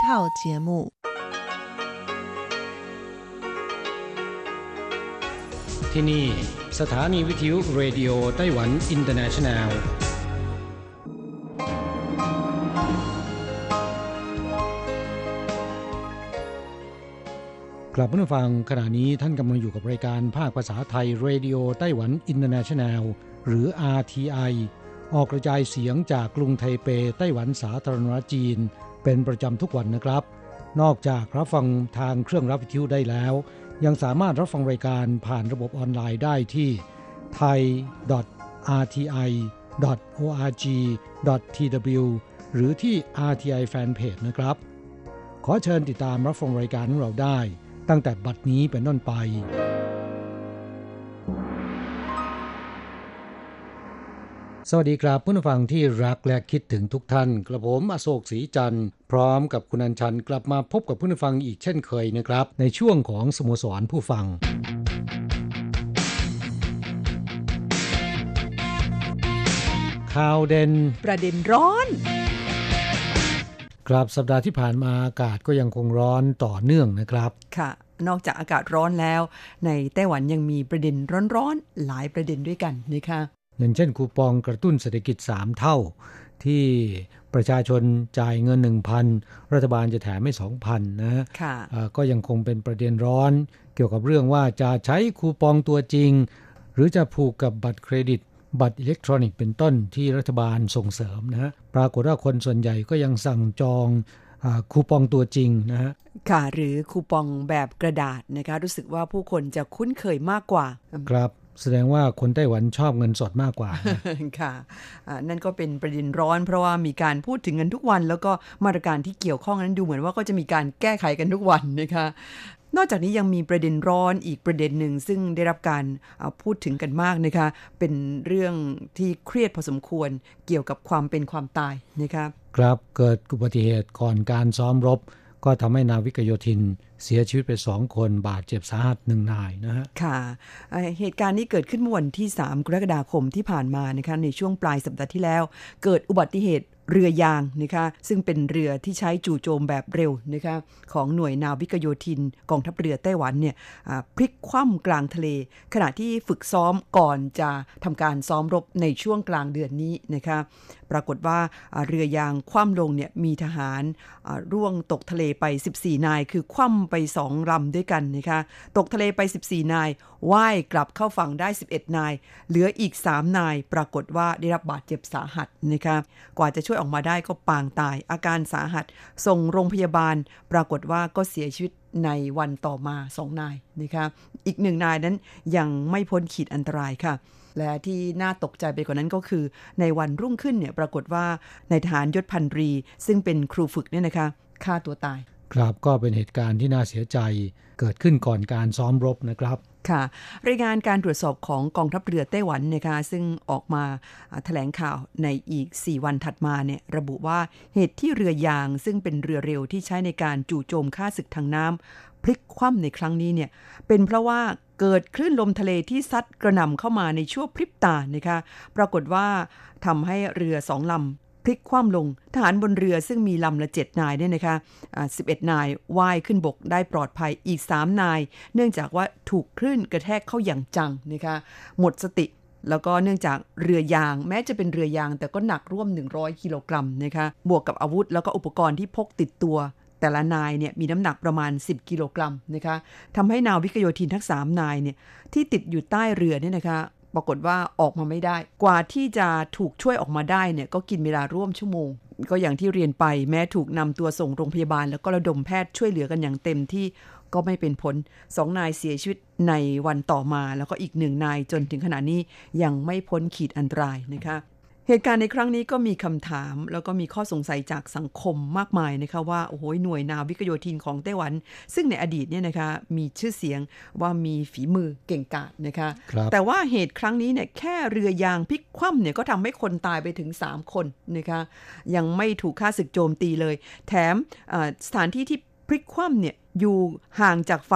套节目。 ที่นี่สถานีวิทยุเรดิโอไต้หวันอินเตอร์เนชั่นแนลกลับมาฟังขณะนี้ท่านกำลังอยู่กับรายการภาคภาษาไทยเรดิโอไต้หวันอินเตอร์เนชั่นแนลหรือ RTI ออกกระจายเสียงจากกรุงไทเปไต้หวันสาธารณรัฐจีนเป็นประจำทุกวันนะครับนอกจากรับฟังทางเครื่องรับวิทยุได้แล้วยังสามารถรับฟังรายการผ่านระบบออนไลน์ได้ที่ thai.rti.org.tw หรือที่ RTI Fanpage นะครับขอเชิญติดตามรับฟังรายการของเราได้ตั้งแต่บัดนี้เป็นต้นไปสวัสดีครับผู้ฟังที่รักและคิดถึงทุกท่านกระผมอโศกศรีจันทร์พร้อมกับคุณอัญชันกลับมาพบกับผู้ฟังอีกเช่นเคยนะครับในช่วงของสโมสรผู้ฟังข่าวเด่นประเด็นร้อนครับสัปดาห์ที่ผ่านมาอากาศก็ยังคงร้อนต่อเนื่องนะครับค่ะนอกจากอากาศร้อนแล้วในไต้หวันยังมีประเด็นร้อนๆหลายประเด็นด้วยกันนะคะอย่างเช่นคูปองกระตุ้นเศรษฐกิจ3เท่าที่ประชาชนจ่ายเงิน 1,000 รัฐบาลจะแถมให้ 2,000 นะก็ยังคงเป็นประเด็นร้อนเกี่ยวกับเรื่องว่าจะใช้คูปองตัวจริงหรือจะผูกกับบัตรเครดิตบัตรอิเล็กทรอนิกส์เป็นต้นที่รัฐบาลส่งเสริมนะปรากฏว่าคนส่วนใหญ่ก็ยังสั่งจองคูปองตัวจริงนะฮะค่ะหรือคูปองแบบกระดาษนะคะรู้สึกว่าผู้คนจะคุ้นเคยมากกว่าครับแสดงว่าคนไต้หวันชอบเงินสดมากกว่าค่ะนั่นก็เป็นประเด็นร้อนเพราะว่ามีการพูดถึงกันทุกวันแล้วก็มาตรการที่เกี่ยวข้องนั้นดูเหมือนว่าก็จะมีการแก้ไขกันทุกวันนะคะนอกจากนี้ยังมีประเด็นร้อนอีกประเด็นหนึ่งซึ่งได้รับการพูดถึงกันมากนะคะเป็นเรื่องที่เครียดพอสมควรเกี่ยวกับความเป็นความตายนะคะครับเกิดอุบัติเหตุก่อนการซ้อมรบก็ทำให้นาวิกโยธินเสียชีวิตไป2คนบาดเจ็บสาหัส1นายนะฮะค่ะเหตุการณ์นี้เกิดขึ้นเมื่อวันที่3กรกฎาคมที่ผ่านมานะคะในช่วงปลายสัปดาห์ที่แล้วเกิดอุบัติเหตุเรือยางนะคะซึ่งเป็นเรือที่ใช้จู่โจมแบบเร็วนะคะของหน่วยนาวิกโยธินกองทัพเรือไต้หวันเนี่ยพลิกคว่ำกลางทะเลขณะที่ฝึกซ้อมก่อนจะทำการซ้อมรบในช่วงกลางเดือนนี้นะคะปรากฏว่าเรือยางคว่ำลงเนี่ยมีทหารร่วงตกทะเลไป14นายคือคว่ำไป2ลำด้วยกันนะคะตกทะเลไป14นายว่ายกลับเข้าฝั่งได้11นายเหลืออีก3นายปรากฏว่าได้รับบาดเจ็บสาหัสนะคะกว่าจะช่วยออกมาได้ก็ปางตายอาการสาหัสส่งโรงพยาบาลปรากฏว่าก็เสียชีวิตในวันต่อมา2นายนะคะอีก1นายนั้นยังไม่พ้นขีดอันตรายค่ะและที่น่าตกใจไปกว่านั้นก็คือในวันรุ่งขึ้นเนี่ยปรากฏว่านายทหารยศพันตรีซึ่งเป็นครูฝึกเนี่ยนะคะฆ่าตัวตายครับก็เป็นเหตุการณ์ที่น่าเสียใจเกิดขึ้นก่อนการซ้อมรบนะครับค่ะรายงานการตรวจสอบของกองทัพเรือไต้หวันนะคะซึ่งออกมาแถลงข่าวในอีก4วันถัดมาเนี่ยระบุว่าเหตุที่เรือยางซึ่งเป็นเรือเร็วที่ใช้ในการจู่โจมฆ่าศึกทางน้ำพลิกคว่ำในครั้งนี้เนี่ยเป็นเพราะว่าเกิดคลื่นลมทะเลที่ซัดกระหน่ำเข้ามาในชั่วพริบตานะคะปรากฏว่าทำให้เรือ2ลำพลิกคว่ำลงทหารบนเรือซึ่งมีลำละ7นายเนี่ยนะคะ11นายว่ายขึ้นบกได้ปลอดภัยอีก3นายเนื่องจากว่าถูกคลื่นกระแทกเข้าอย่างจังนะคะหมดสติแล้วก็เนื่องจากเรือยางแม้จะเป็นเรือยางแต่ก็หนักร่วม100กิโลกรัมนะคะบวกกับอาวุธแล้วก็อุปกรณ์ที่พกติดตัวแต่ละนายเนี่ยมีน้ำหนักประมาณ10กิโลกรัมนะคะทำให้นาวิกโยธินทั้ง3นายเนี่ยที่ติดอยู่ใต้เรือเนี่ยนะคะปรากฏว่าออกมาไม่ได้กว่าที่จะถูกช่วยออกมาได้เนี่ยก็กินเวลาร่วมชั่วโมงก็อย่างที่เรียนไปแม้ถูกนำตัวส่งโรงพยาบาลแล้วก็ระดมแพทย์ช่วยเหลือกันอย่างเต็มที่ก็ไม่เป็นผล2นายเสียชีวิตในวันต่อมาแล้วก็อีก1นายจนถึงขณะนี้ยังไม่พ้นขีดอันตรายนะคะเหตุการณ์ในครั้งนี้ก็มีคำถามแล้วก็มีข้อสงสัยจากสังคมมากมายนะคะว่าโอ้โหหน่วยนาวิกโยธินของไต้หวันซึ่งในอดีตเนี่ยนะคะมีชื่อเสียงว่ามีฝีมือเก่งกาจนะคะแต่ว่าเหตุครั้งนี้เนี่ยแค่เรือยางพลิกคว่ำเนี่ยก็ทำให้คนตายไปถึง3คนนะคะยังไม่ถูกฆ่าศึกโจมตีเลยแถมสถานที่ที่พลิกคว่ำเนี่ยอยู่ห่างจากฝั่ง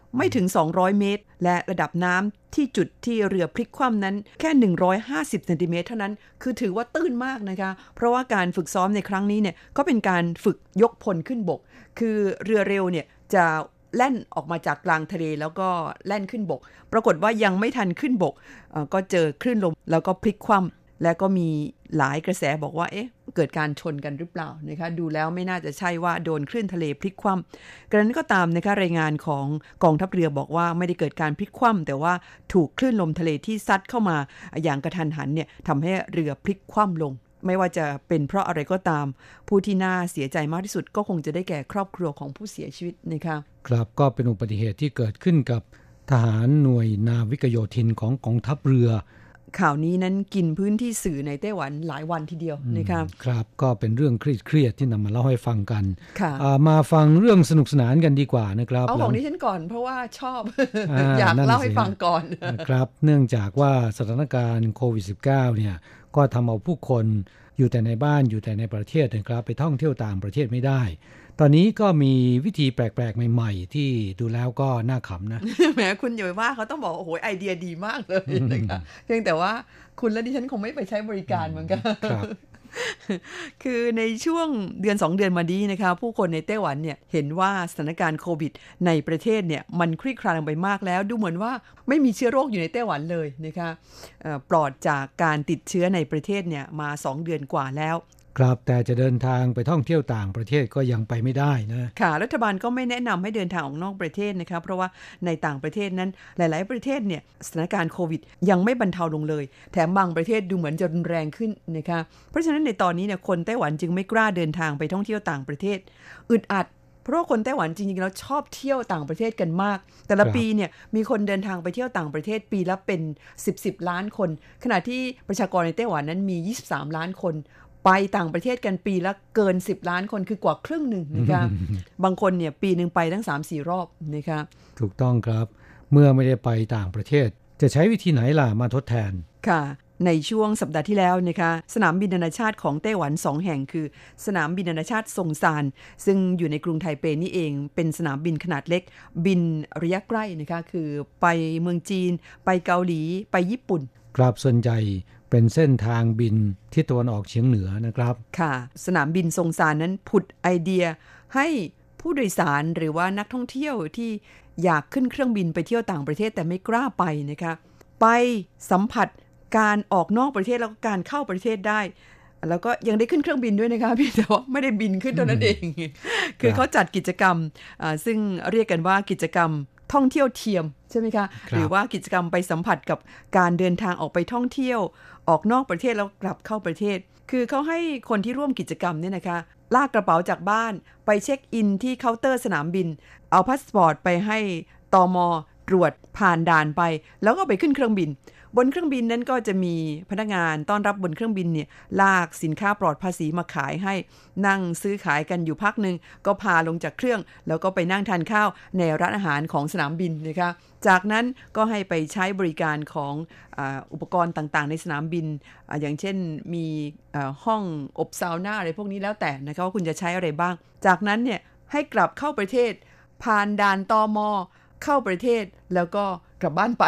ไม่ถึง200เมตรและระดับน้ำที่จุดที่เรือพลิกคว่ำนั้นแค่150เซนติเมตรเท่านั้นคือถือว่าตื้นมากนะคะเพราะว่าการฝึกซ้อมในครั้งนี้เนี่ยก็เป็นการฝึกยกพลขึ้นบกคือเรือเร็วเนี่ยจะแล่นออกมาจากกลางทะเลแล้วก็แล่นขึ้นบกปรากฏว่ายังไม่ทันขึ้นบกก็เจอคลื่นลมแล้วก็พลิกคว่ำและก็มีหลายกระแสบอกว่าเกิดการชนกันหรือเปล่านะคะดูแล้วไม่น่าจะใช่ว่าโดนคลื่นทะเลพลิกคว่ำกระนั้นก็ตามนะคะรายงานของกองทัพเรือบอกว่าไม่ได้เกิดการพลิกคว่ำแต่ว่าถูกคลื่นลมทะเลที่ซัดเข้ามาอย่างกระทันหันเนี่ยทำให้เรือพลิกคว่ำลงไม่ว่าจะเป็นเพราะอะไรก็ตามผู้ที่น่าเสียใจมากที่สุดก็คงจะได้แก่ครอบครัวของผู้เสียชีวิตนะคะครับก็เป็นอุบัติเหตุที่เกิดขึ้นกับทหารหน่วยนาวิกโยธินของกองทัพเรือข่าวนี้นั้นกินพื้นที่สื่อในไต้หวันหลายวันทีเดียวนะครับครับก็เป็นเรื่องเครียดที่นำมาเล่าให้ฟังกันมาฟังเรื่องสนุกสนานกันดีกว่านะครับเอาของนี้ฉันก่อนเพราะว่าชอบ อยากเล่าให้ฟังก่อนครับเนื่องจากว่าสถานการณ์โควิด -19 เนี่ยก็ทำเอาผู้คนอยู่แต่ในบ้านอยู่แต่ในประเทศนะครับไปท่องเที่ยวต่างประเทศไม่ได้ตอนนี้ก็มีวิธีแปลกๆใหม่ๆที่ดูแล้วก็น่าขำนะแหมคุณอย่าไปว่าเขาต้องบอกโอ้โหไอเดียดีมากเลยนะคะเพียงแต่ว่าคุณและดิฉันคงไม่ไปใช้บริการเหมือนกันคือในช่วงเดือน2เดือนมานี้นะคะผู้คนในไต้หวันเนี่ยเห็นว่าสถานการณ์โควิดในประเทศเนี่ยมันคลี่คลายลงไปมากแล้วดูเหมือนว่าไม่มีเชื้อโรคอยู่ในไต้หวันเลยนะคะปลอดจากการติดเชื้อในประเทศเนี่ยมา2เดือนกว่าแล้วครับแต่จะเดินทางไปท่องเที่ยวต่างประเทศก็ยังไปไม่ได้นะค่ะรัฐบาลก็ไม่แนะนำให้เดินทางออกนอกประเทศนะคะเพราะว่าในต่างประเทศนั้นหลายๆประเทศเนี่ยสถานการณ์โควิดยังไม่บรรเทาลงเลยแถมบางประเทศดูเหมือนจะรุนแรงขึ้นนะคะเพราะฉะนั้นในตอนนี้เนี่ยคนไต้หวันจึงไม่กล้าเดินทางไปท่องเที่ยวต่างประเทศอึดอัดเพราะคนไต้หวันจริงๆแล้วชอบเที่ยวต่างประเทศกันมากแต่ละปีเนี่ยมีคนเดินทางไปเที่ยวต่างประเทศปีละเป็น10ล้านคนขณะที่ประชากรในไต้หวันนั้นมี23ล้านคนไปต่างประเทศกันปีละเกิน10ล้านคนคือกว่าครึ่งหนึ่งนะคะบางคนเนี่ยปีนึงไปทั้ง 3-4 รอบนะคะถูกต้องครับเมื่อไม่ได้ไปต่างประเทศจะใช้วิธีไหนล่ะมาทดแทนค่ะในช่วงสัปดาห์ที่แล้วนะคะสนามบินนานาชาติของไต้หวัน2แห่งคือสนามบินนานาชาติซงซานซึ่งอยู่ในกรุงไทเปนี่เองเป็นสนามบินขนาดเล็กบินระยะใกล้นะคะคือไปเมืองจีนไปเกาหลีไปญี่ปุ่นครับส่วนใหญ่เป็นเส้นทางบินที่ตะวันออกเฉียงเหนือนะครับค่ะสนามบินซงซานนั้นผุดไอเดียให้ผู้โดยสารหรือว่านักท่องเที่ยวที่อยากขึ้นเครื่องบินไปเที่ยวต่างประเทศแต่ไม่กล้าไปนะคะไปสัมผัสการออกนอกประเทศแล้วก็การเข้าประเทศได้แล้วก็ยังได้ขึ้นเครื่องบินด้วยนะคะพี่แต่ว่าไม่ได้บินขึ้นเท่านั้นเองคือเขาจัดกิจกรรมซึ่งเรียกกันว่ากิจกรรมท่องเที่ยวเทียมใช่ไหมคะหรือว่ากิจกรรมไปสัมผัสกับการเดินทางออกไปท่องเที่ยวออกนอกประเทศแล้วกลับเข้าประเทศคือเขาให้คนที่ร่วมกิจกรรมเนี่ยนะคะลากกระเป๋าจากบ้านไปเช็คอินที่เคาน์เตอร์สนามบินเอาพาสปอร์ตไปให้ตม.ตรวจผ่านด่านไปแล้วก็ไปขึ้นเครื่องบินบนเครื่องบินนั้นก็จะมีพนักงานต้อนรับบนเครื่องบินเนี่ยลากสินค้าปลอดภาษีมาขายให้นั่งซื้อขายกันอยู่พักนึงก็พาลงจากเครื่องแล้วก็ไปนั่งทานข้าวในร้านอาหารของสนามบินนะคะจากนั้นก็ให้ไปใช้บริการของอุปกรณ์ต่างๆในสนามบินอย่างเช่นมีห้องอบซาวน่าอะไรพวกนี้แล้วแต่นะคะว่าคุณจะใช้อะไรบ้างจากนั้นเนี่ยให้กลับเข้าประเทศผ่านด่านตม.เข้าประเทศแล้วก็กลับบ้านไป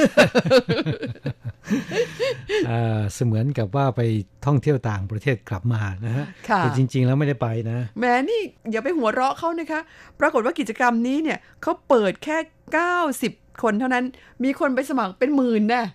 เสมือนกับว่าไปท่องเที่ยวต่างประเทศกลับมานะฮะแต่จริงๆแล้วไม่ได้ไปนะแม้นี่อย่าไปหัวเราะเขานะคะปรากฏว่ากิจกรรมนี้เนี่ยเขาเปิดแค่90คนเท่านั้นมีคนไปสมัครเป็นหมื่นนะ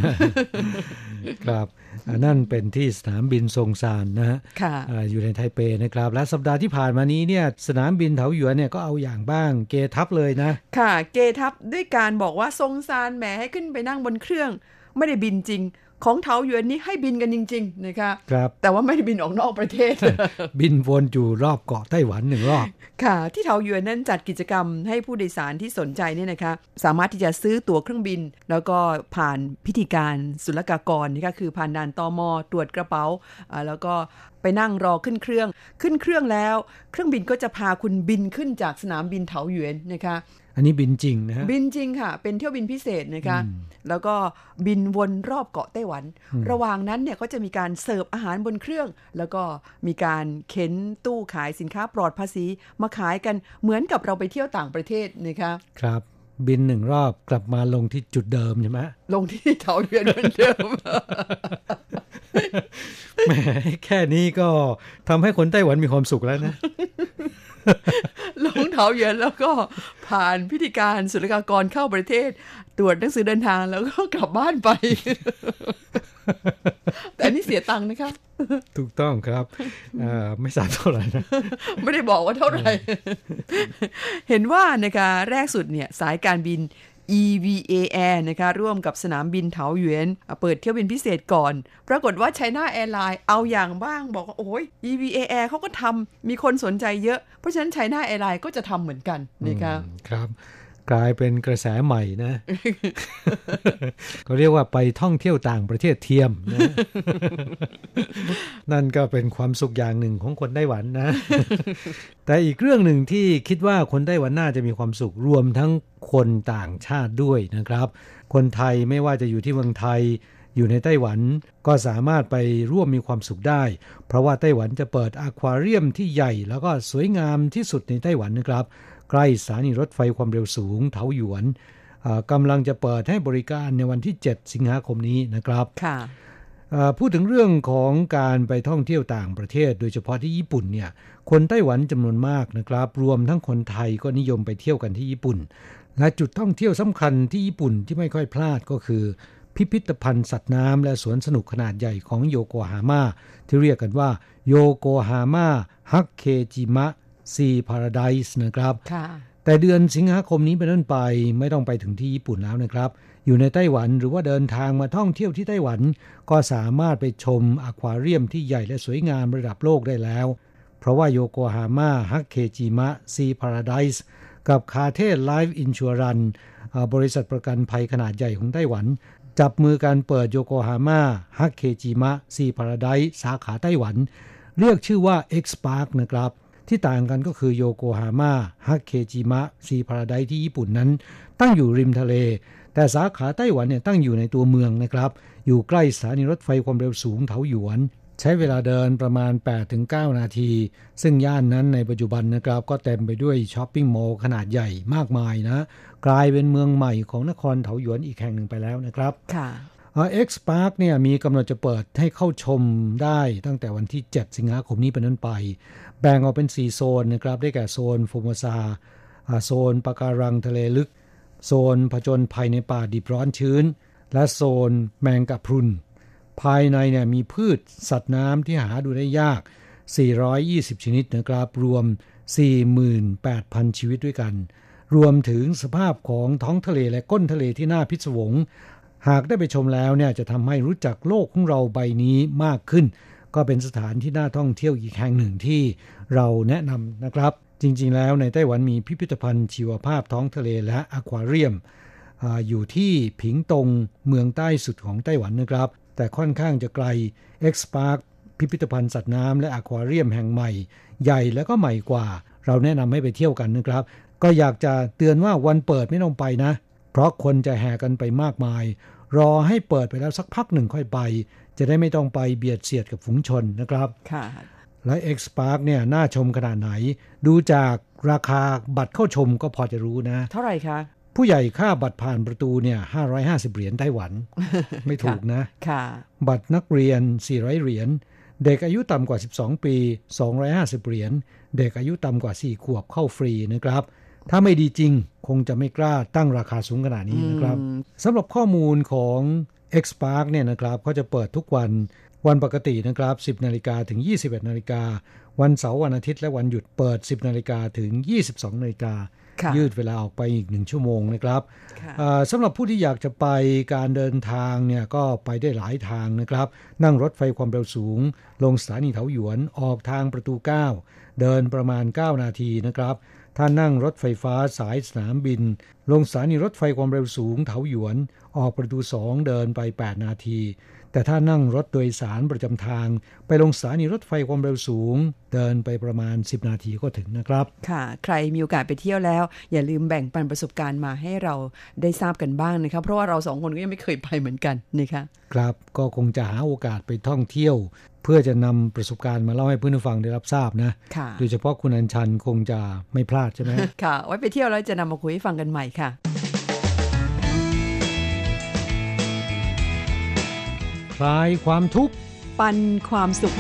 ครับนั่นเป็นที่สนามบินซงซานนะฮะอยู่ในไทเปนะครับและสัปดาห์ที่ผ่านมานี้เนี่ยสนามบินเถาหยวนเนี่ยก็เอาอย่างบ้างเกทับเลยนะค่ะเกทับด้วยการบอกว่าซงซานแหมให้ขึ้นไปนั่งบนเครื่องไม่ได้บินจริงของเถาหยวนนี้ให้บินกันจริงๆนะคะแต่ว่าไม่ได้บินออกนอกประเทศบินวนอยู่รอบเกาะไต้หวัน1รอบค่ะที่เถาหยวนนั้นจัดกิจกรรมให้ผู้โดยสารที่สนใจเนี่ยนะคะสามารถที่จะซื้อตั๋วเครื่องบินแล้วก็ผ่านพิธีการศุลกากรนี่ก็คือผ่านด่านตม.ตรวจกระเป๋าแล้วก็ไปนั่งรอขึ้นเครื่องแล้วเครื่องบินก็จะพาคุณบินขึ้นจากสนามบินเถาหยวนนะคะอันนี้บินจริงนะฮะบินจริงค่ะเป็นเที่ยวบินพิเศษนะคะแล้วก็บินวนรอบเกาะไต้หวันระหว่างนั้นเนี่ยก็จะมีการเสิร์ฟอาหารบนเครื่องแล้วก็มีการเข็นตู้ขายสินค้าปลอดภาษีมาขายกันเหมือนกับเราไปเที่ยวต่างประเทศนะคะครับบิน1รอบกลับมาลงที่จุดเดิมใช่ไหมลงที่เถาหยวนเหมือนเดิมแหมแค่นี้ก็ทำให้คนไต้หวันมีความสุขแล้วนะลงเถาหยวนแล้วก็ผ่านพิธีการศุลกากรเข้าประเทศตรวจหนังสือเดินทางแล้วก็กลับบ้านไปแต่อันนี้เสียตังค์นะคะถูกต้องครับไม่ทราบเท่าไหร่นะไม่ได้บอกว่าเท่าไหร่เห็นว่านะคะแรกสุดเนี่ยสายการบิน EVA Air นะคะร่วมกับสนามบินเถาหยวนเปิดเที่ยวบินพิเศษก่อนปรากฏว่า China Airlines เอาอย่างบ้างบอกว่าโอ้ย EVA Air เขาก็ทำมีคนสนใจเยอะเพราะฉะนั้น China Airlines ก็จะทำเหมือนกันนะคะครับกลายเป็นกระแสใหม่นะ เขาเรียกว่าไปท่องเที่ยวต่างประเทศเทียมนะ นั่นก็เป็นความสุขอย่างหนึ่งของคนไต้หวันนะ แต่อีกเรื่องหนึ่งที่คิดว่าคนไต้หวันน่าจะมีความสุขรวมทั้งคนต่างชาติด้วยนะครับคนไทยไม่ว่าจะอยู่ที่เมืองไทยอยู่ในไต้หวันก็สามารถไปร่วมมีความสุขได้เพราะว่าไต้หวันจะเปิดอควาเรียมที่ใหญ่แล้วก็สวยงามที่สุดในไต้หวันนะครับใกล้สถานีรถไฟความเร็วสูงเถาหยวนกำลังจะเปิดให้บริการในวันที่7สิงหาคมนี้นะครับพูดถึงเรื่องของการไปท่องเที่ยวต่างประเทศโดยเฉพาะที่ญี่ปุ่นเนี่ยคนไต้หวันจำนวนมากนะครับรวมทั้งคนไทยก็นิยมไปเที่ยวกันที่ญี่ปุ่นและจุดท่องเที่ยวสำคัญที่ญี่ปุ่นที่ไม่ค่อยพลาดก็คือพิพิธภัณฑ์สัตว์น้ำและสวนสนุกขนาดใหญ่ของโยโกฮาม่าที่เรียกกันว่าโยโกฮาม่าฮักเคจิมะซีพาราไดส์นะครับแต่เดือนสิงหาคมนี้เป็นต้นไปไม่ต้องไปถึงที่ญี่ปุ่นแล้วนะครับอยู่ในไต้หวันหรือว่าเดินทางมาท่องเที่ยวที่ไต้หวันก็สามารถไปชมอควาเรียมที่ใหญ่และสวยงามระดับโลกได้แล้วเพราะว่าโยโกฮาม่าฮักเคจิมะซีพาราไดส์กับคาเทไลฟ์อินชัวรันบริษัทประกันภัยขนาดใหญ่ของไต้หวันจับมือกันเปิดโยโกฮาม่าฮักเคจิมะซีพาราไดส์สาขาไต้หวันเรียกชื่อว่า X Park นะครับที่ต่างกันก็คือโยโกฮาม่าฮักเคจิมะซีพาราไดส์ที่ญี่ปุ่นนั้นตั้งอยู่ริมทะเลแต่สาขาไต้หวันเนี่ยตั้งอยู่ในตัวเมืองนะครับอยู่ใกล้สถานีรถไฟความเร็วสูงเถาหยวนใช้เวลาเดินประมาณ 8-9 นาทีซึ่งย่านนั้นในปัจจุบันนะครับก็เต็มไปด้วยช้อปปิ้งมอลล์ขนาดใหญ่มากมายนะกลายเป็นเมืองใหม่ของนครเถาหยวนอีกแห่งหนึ่งไปแล้วนะครับค่ะX Park เนี่ยมีกำหนดจะเปิดให้เข้าชมได้ตั้งแต่วันที่7สิงหาคมนี้เป็นต้นไปแบ่งออกเป็น4โซนนะครับได้แก่โซนโฟโมซาโซนปะการังทะเลลึกโซนผจญภัยในป่าดิบร้อนชื้นและโซนแมงกะพรุนภายในเนี่ยมีพืชสัตว์น้ำที่หาดูได้ยาก420ชนิดนะครับรวม 48,000 ชีวิตด้วยกันรวมถึงสภาพของท้องทะเลและก้นทะเลที่น่าพิศวงหากได้ไปชมแล้วเนี่ยจะทำให้รู้จักโลกของเราใบนี้มากขึ้นก็เป็นสถานที่น่าท่องเที่ยวอีกแห่งหนึ่งที่เราแนะนำนะครับจริงๆแล้วในไต้หวันมีพิพิธภัณฑ์ชีวภาพท้องทะเลและอควาเรียมอยู่ที่ผิงตงเมืองใต้สุดของไต้หวันนะครับแต่ค่อนข้างจะไกล X Park พิพิธภัณฑ์สัตว์น้ำและอควาเรียมแห่งใหม่ใหญ่แล้วก็ใหม่กว่าเราแนะนำให้ไปเที่ยวกันนะครับก็อยากจะเตือนว่าวันเปิดไม่ต้องไปนะเพราะคนจะแห่กันไปมากมายรอให้เปิดไปแล้วสักพักหนึ่งค่อยไปจะได้ไม่ต้องไปเบียดเสียดกับฝูงชนนะครับค่ะและ X Park เนี่ยน่าชมขนาดไหนดูจากราคาบัตรเข้าชมก็พอจะรู้นะเท่าไหร่คะผู้ใหญ่ค่าบัตรผ่านประตูเนี่ย550เหรียญไต้หวัน ไม่ถูกนะค่ะบัตรนักเรียน400เหรียญเด็กอายุต่ำกว่า12ปี250เหรียญเด็กอายุต่ำกว่า4ขวบเข้าฟรีนะครับถ้าไม่ดีจริงคงจะไม่กล้าตั้งราคาสูงขนาดนี้นะครับสำหรับข้อมูลของ X Park เนี่ยนะครับเขาจะเปิดทุกวันปกตินะครับ 10:00 นถึง 21:00 นวันเสาร์วันอาทิตย์และวันหยุดเปิด 10:00 นถึง 22:00 นยืดเวลาออกไปอีก1ชั่วโมงนะครับสำหรับผู้ที่อยากจะไปการเดินทางเนี่ยก็ไปได้หลายทางนะครับนั่งรถไฟความเร็วสูงลงสถานีเถาหยวนออกทางประตู9เดินประมาณ9นาทีนะครับถ้านั่งรถไฟฟ้าสายสนามบินลงสถานีรถไฟความเร็วสูงเถาหยวนออกประตู2เดินไป8นาทีแต่ถ้านั่งรถโดยสารประจำทางไปลงสถานีรถไฟความเร็วสูงเดินไปประมาณ10นาทีก็ถึงนะครับค่ะใครมีโอกาสไปเที่ยวแล้วอย่าลืมแบ่งปันประสบการณ์มาให้เราได้ทราบกันบ้างนะครับเพราะว่าเรา2คนก็ยังไม่เคยไปเหมือนกันนะคะครับก็คงจะหาโอกาสไปท่องเที่ยวเพื่อจะนำประสบการณ์มาเล่าให้เพื่อนผู้ฟังได้รับทราบนะโดยเฉพาะคุณอัญชันคงจะไม่พลาดใช่ไหมค่ะไว้ไปเที่ยวแล้วจะนำมาคุยให้ฟังกันใหม่ค่ะลายความทุกข์ปันความสุข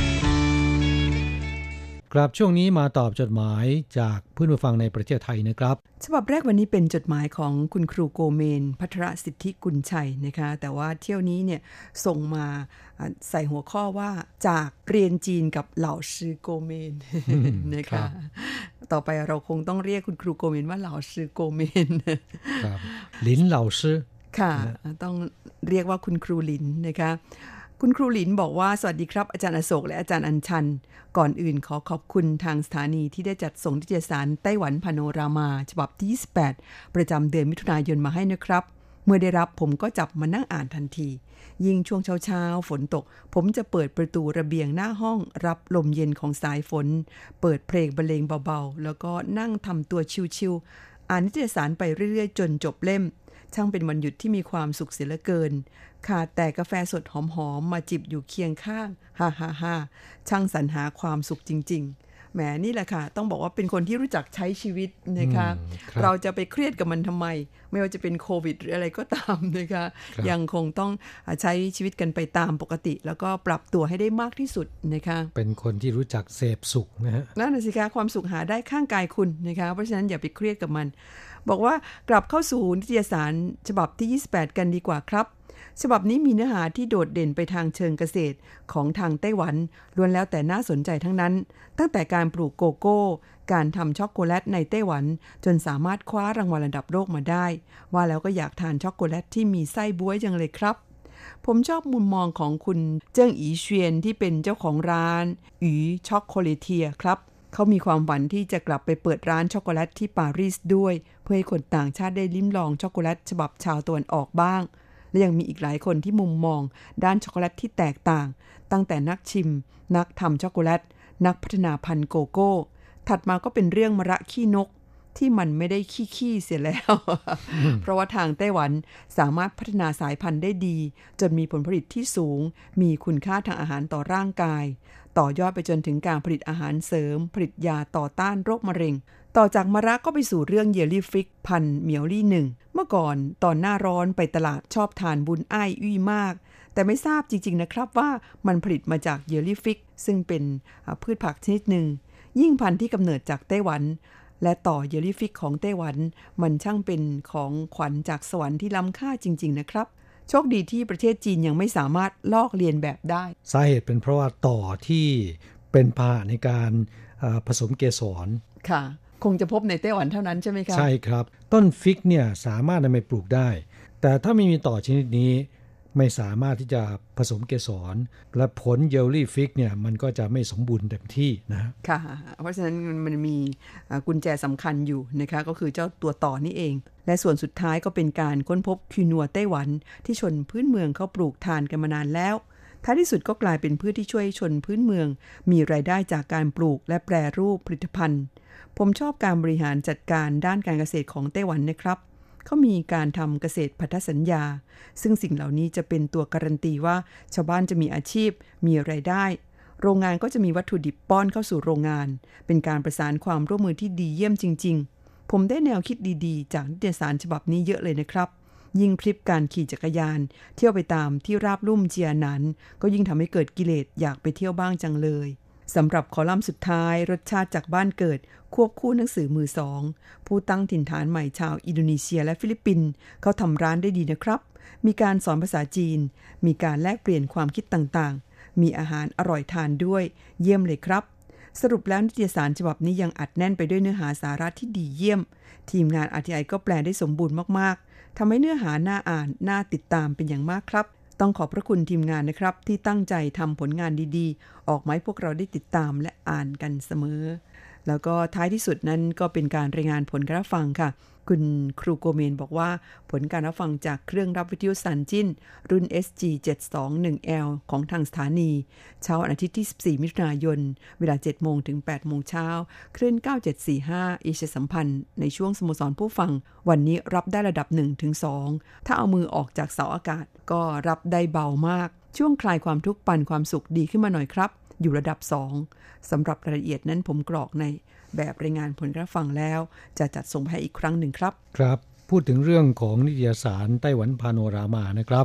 ครับช่วงนี้มาตอบจดหมายจากเพื่อนผู้ฟังในประเทศไทยนะครับฉบับแรกวันนี้เป็นจดหมายของคุณครูโกเมนภัทรสิทธิกุลชัยนะคะแต่ว่าเที่ยวนี้เนี่ยส่งมาใส่หัวข้อว่าจากเรียนจีนกับเหล่าชื่อโกเมนนะคะต่อไปเราคงต้องเรียกคุณครูโกเมนว่าเหล่าชื่อโกเมนครับหลินเหล่าชื่อค่ะต้องเรียกว่าคุณครูหลินนะคะคุณครูหลินบอกว่าสวัสดีครับอาจารย์อโศกและอาจารย์อัญชันก่อนอื่นขอขอบคุณทางสถานีที่ได้จัดส่งนิตยสารไต้หวันพาโนรามาฉบับที่28ประจำเดือนมิถุนายนมาให้นะครับเมื่อได้รับผมก็จับมานั่งอ่านทันทียิ่งช่วงเช้าๆฝนตกผมจะเปิดประตูระเบียงหน้าห้องรับลมเย็นของสายฝนเปิดเพลงบรรเลงเบาๆแล้วก็นั่งทำตัวชิวๆอ่านนิตยสารไปเรื่อยๆจนจบเล่มช่างเป็นวันหยุดที่มีความสุขเสียเหลือเกินขาดแต่กาแฟสดหอมๆมาจิบอยู่เคียงข้างฮ่าฮ่าฮ่าช่างสรรหาความสุขจริงๆแหมนี่แหละค่ะต้องบอกว่าเป็นคนที่รู้จักใช้ชีวิตนะคะเราจะไปเครียดกับมันทำไมไม่ว่าจะเป็นโควิดหรืออะไรก็ตามนะคะยังคงต้องใช้ชีวิตกันไปตามปกติแล้วก็ปรับตัวให้ได้มากที่สุดนะคะเป็นคนที่รู้จักเสพสุขนะฮะนั่นน่ะสิคะความสุขหาได้ข้างกายคุณนะคะเพราะฉะนั้นอย่าไปเครียดกับมันบอกว่ากลับเข้าสู่นิตยสารฉบับที่28กันดีกว่าครับฉบับนี้มีเนื้อหาที่โดดเด่นไปทางเชิงเกษตรของทางไต้หวันล้วนแล้วแต่น่าสนใจทั้งนั้นตั้งแต่การปลูกโกโก้การทำช็อกโกแลตในไต้หวันจนสามารถคว้ารางวัลระดับโลกมาได้ว่าแล้วก็อยากทานช็อกโกแลตที่มีไส้บ๊วยจังเลยครับผมชอบมุมมองของคุณเจิ้งอีเฉียนที่เป็นเจ้าของร้านอีช็อกโกแลเทียครับเขามีความฝันที่จะกลับไปเปิดร้านช็อกโกแลตที่ปารีสด้วยเพื่อให้คนต่างชาติได้ลิ้มลองช็อกโกแลตฉบับชาวตะวันออกบ้างและยังมีอีกหลายคนที่มุมมองด้านช็อกโกแลตที่แตกต่างตั้งแต่นักชิมนักทำช็อกโกแลตนักพัฒนาพันธุ์โกโก้ถัดมาก็เป็นเรื่องมะระขี้นกที่มันไม่ได้ขี้เสียแล้ว เพราะว่าทางไต้หวันสามารถพัฒนาสายพันธุ์ได้ดีจนมีผลผลิตที่สูงมีคุณค่าทางอาหารต่อร่างกายต่อยอดไปจนถึงการผลิตอาหารเสริมผลิตยาต่อต้านโรคมะเร็งต่อจากมะระก็ไปสู่เรื่องเยลลี่ฟิกพันธุ์เหมียวลี่หนึ่งเมื่อก่อนตอนหน้าร้อนไปตลาดชอบทานบุญอ้ายอี้มากแต่ไม่ทราบจริงๆนะครับว่ามันผลิตมาจากเยลลี่ฟิกซึ่งเป็นพืชผักชนิดหนึ่งยิ่งพันธุ์ที่กำเนิดจากไต้หวันและต่อเยลลี่ฟิกของไต้หวันมันช่างเป็นของขวัญจากสวรรค์ที่ล้ำค่าจริงๆนะครับโชคดีที่ประเทศจีนยังไม่สามารถลอกเลียนแบบได้สาเหตุเป็นเพราะว่าต่อที่เป็นพาหะในการผสมเกสรค่ะคงจะพบในไต้หวันเท่านั้นใช่ไหมครับใช่ครับต้นฟิกเนี่ยสามารถนำไปปลูกได้แต่ถ้าไม่มีต่อชนิดนี้ไม่สามารถที่จะผสมเกสรและผลเยลลี่ฟิกเนี่ยมันก็จะไม่สมบูรณ์เต็มที่นะค่ะเพราะฉะนั้นมันมีกุญแจสำคัญอยู่นะคะก็คือเจ้าตัวต่อนี่เองและส่วนสุดท้ายก็เป็นการค้นพบคิวนัวไต้หวันที่ชนพื้นเมืองเขาปลูกทานกันมานานแล้วท้ายที่สุดก็กลายเป็นพืชที่ช่วยชนพื้นเมืองมีรายได้จากการปลูกและแปรรูปผลิตภัณฑ์ผมชอบการบริหารจัดการด้านการเกษตรของไต้หวันนะครับเขามีการทำเกษตรพันธสัญญาซึ่งสิ่งเหล่านี้จะเป็นตัวการันตีว่าชาวบ้านจะมีอาชีพมีรายได้โรงงานก็จะมีวัตถุดิบป้อนเข้าสู่โรงงานเป็นการประสานความร่วมมือที่ดีเยี่ยมจริงๆผมได้แนวคิดดีๆจากนิตยสารฉบับนี้เยอะเลยนะครับยิ่งคลิปการขี่จักรยานเที่ยวไปตามที่ราบลุ่มเจียหนันก็ยิ่งทำให้เกิดกิเลสอยากไปเที่ยวบ้างจังเลยสำหรับคอลัมน์สุดท้ายรสชาติจากบ้านเกิดควบคู่หนังสือมือสองผู้ตั้งถิ่นฐานใหม่ชาวอินโดนีเซียและฟิลิปปินส์เขาทำร้านได้ดีนะครับมีการสอนภาษาจีนมีการแลกเปลี่ยนความคิดต่างๆมีอาหารอร่อยทานด้วยเยี่ยมเลยครับสรุปแล้วนิตยสารฉบับนี้ยังอัดแน่นไปด้วยเนื้อหาสาระที่ดีเยี่ยมทีมงาน RTI ก็แปลได้สมบูรณ์มากๆทำให้เนื้อหาน่าอ่านน่าติดตามเป็นอย่างมากครับต้องขอบพระคุณทีมงานนะครับที่ตั้งใจทำผลงานดีๆออกมาให้พวกเราได้ติดตามและอ่านกันเสมอแล้วก็ท้ายที่สุดนั้นก็เป็นการรายงานผลการรับฟังค่ะคุณครูโกเมนบอกว่าผลการรับฟังจากเครื่องรับวิทยุซันจินรุ่น SG721L ของทางสถานีเช้าวันอาทิตย์ที่14มิถุนายนเวลา 7:00 นถึง 8:00 นเช้าคลื่น9745เอเชียสัมพันธ์ในช่วงสโมสรผู้ฟังวันนี้รับได้ระดับ 1-2 ถ้าเอามือออกจากเสาอากาศก็รับได้เบามากช่วงคลายความทุกข์ปันความสุขดีขึ้นมาหน่อยครับอยู่ระดับ 2สำหรับรายละเอียดนั้นผมกรอกในแบบรายงานผลการฟังแล้วจะจัดส่งให้อีกครั้งหนึ่งครับครับพูดถึงเรื่องของนิตยสารไต้หวันพาโนรามานะครับ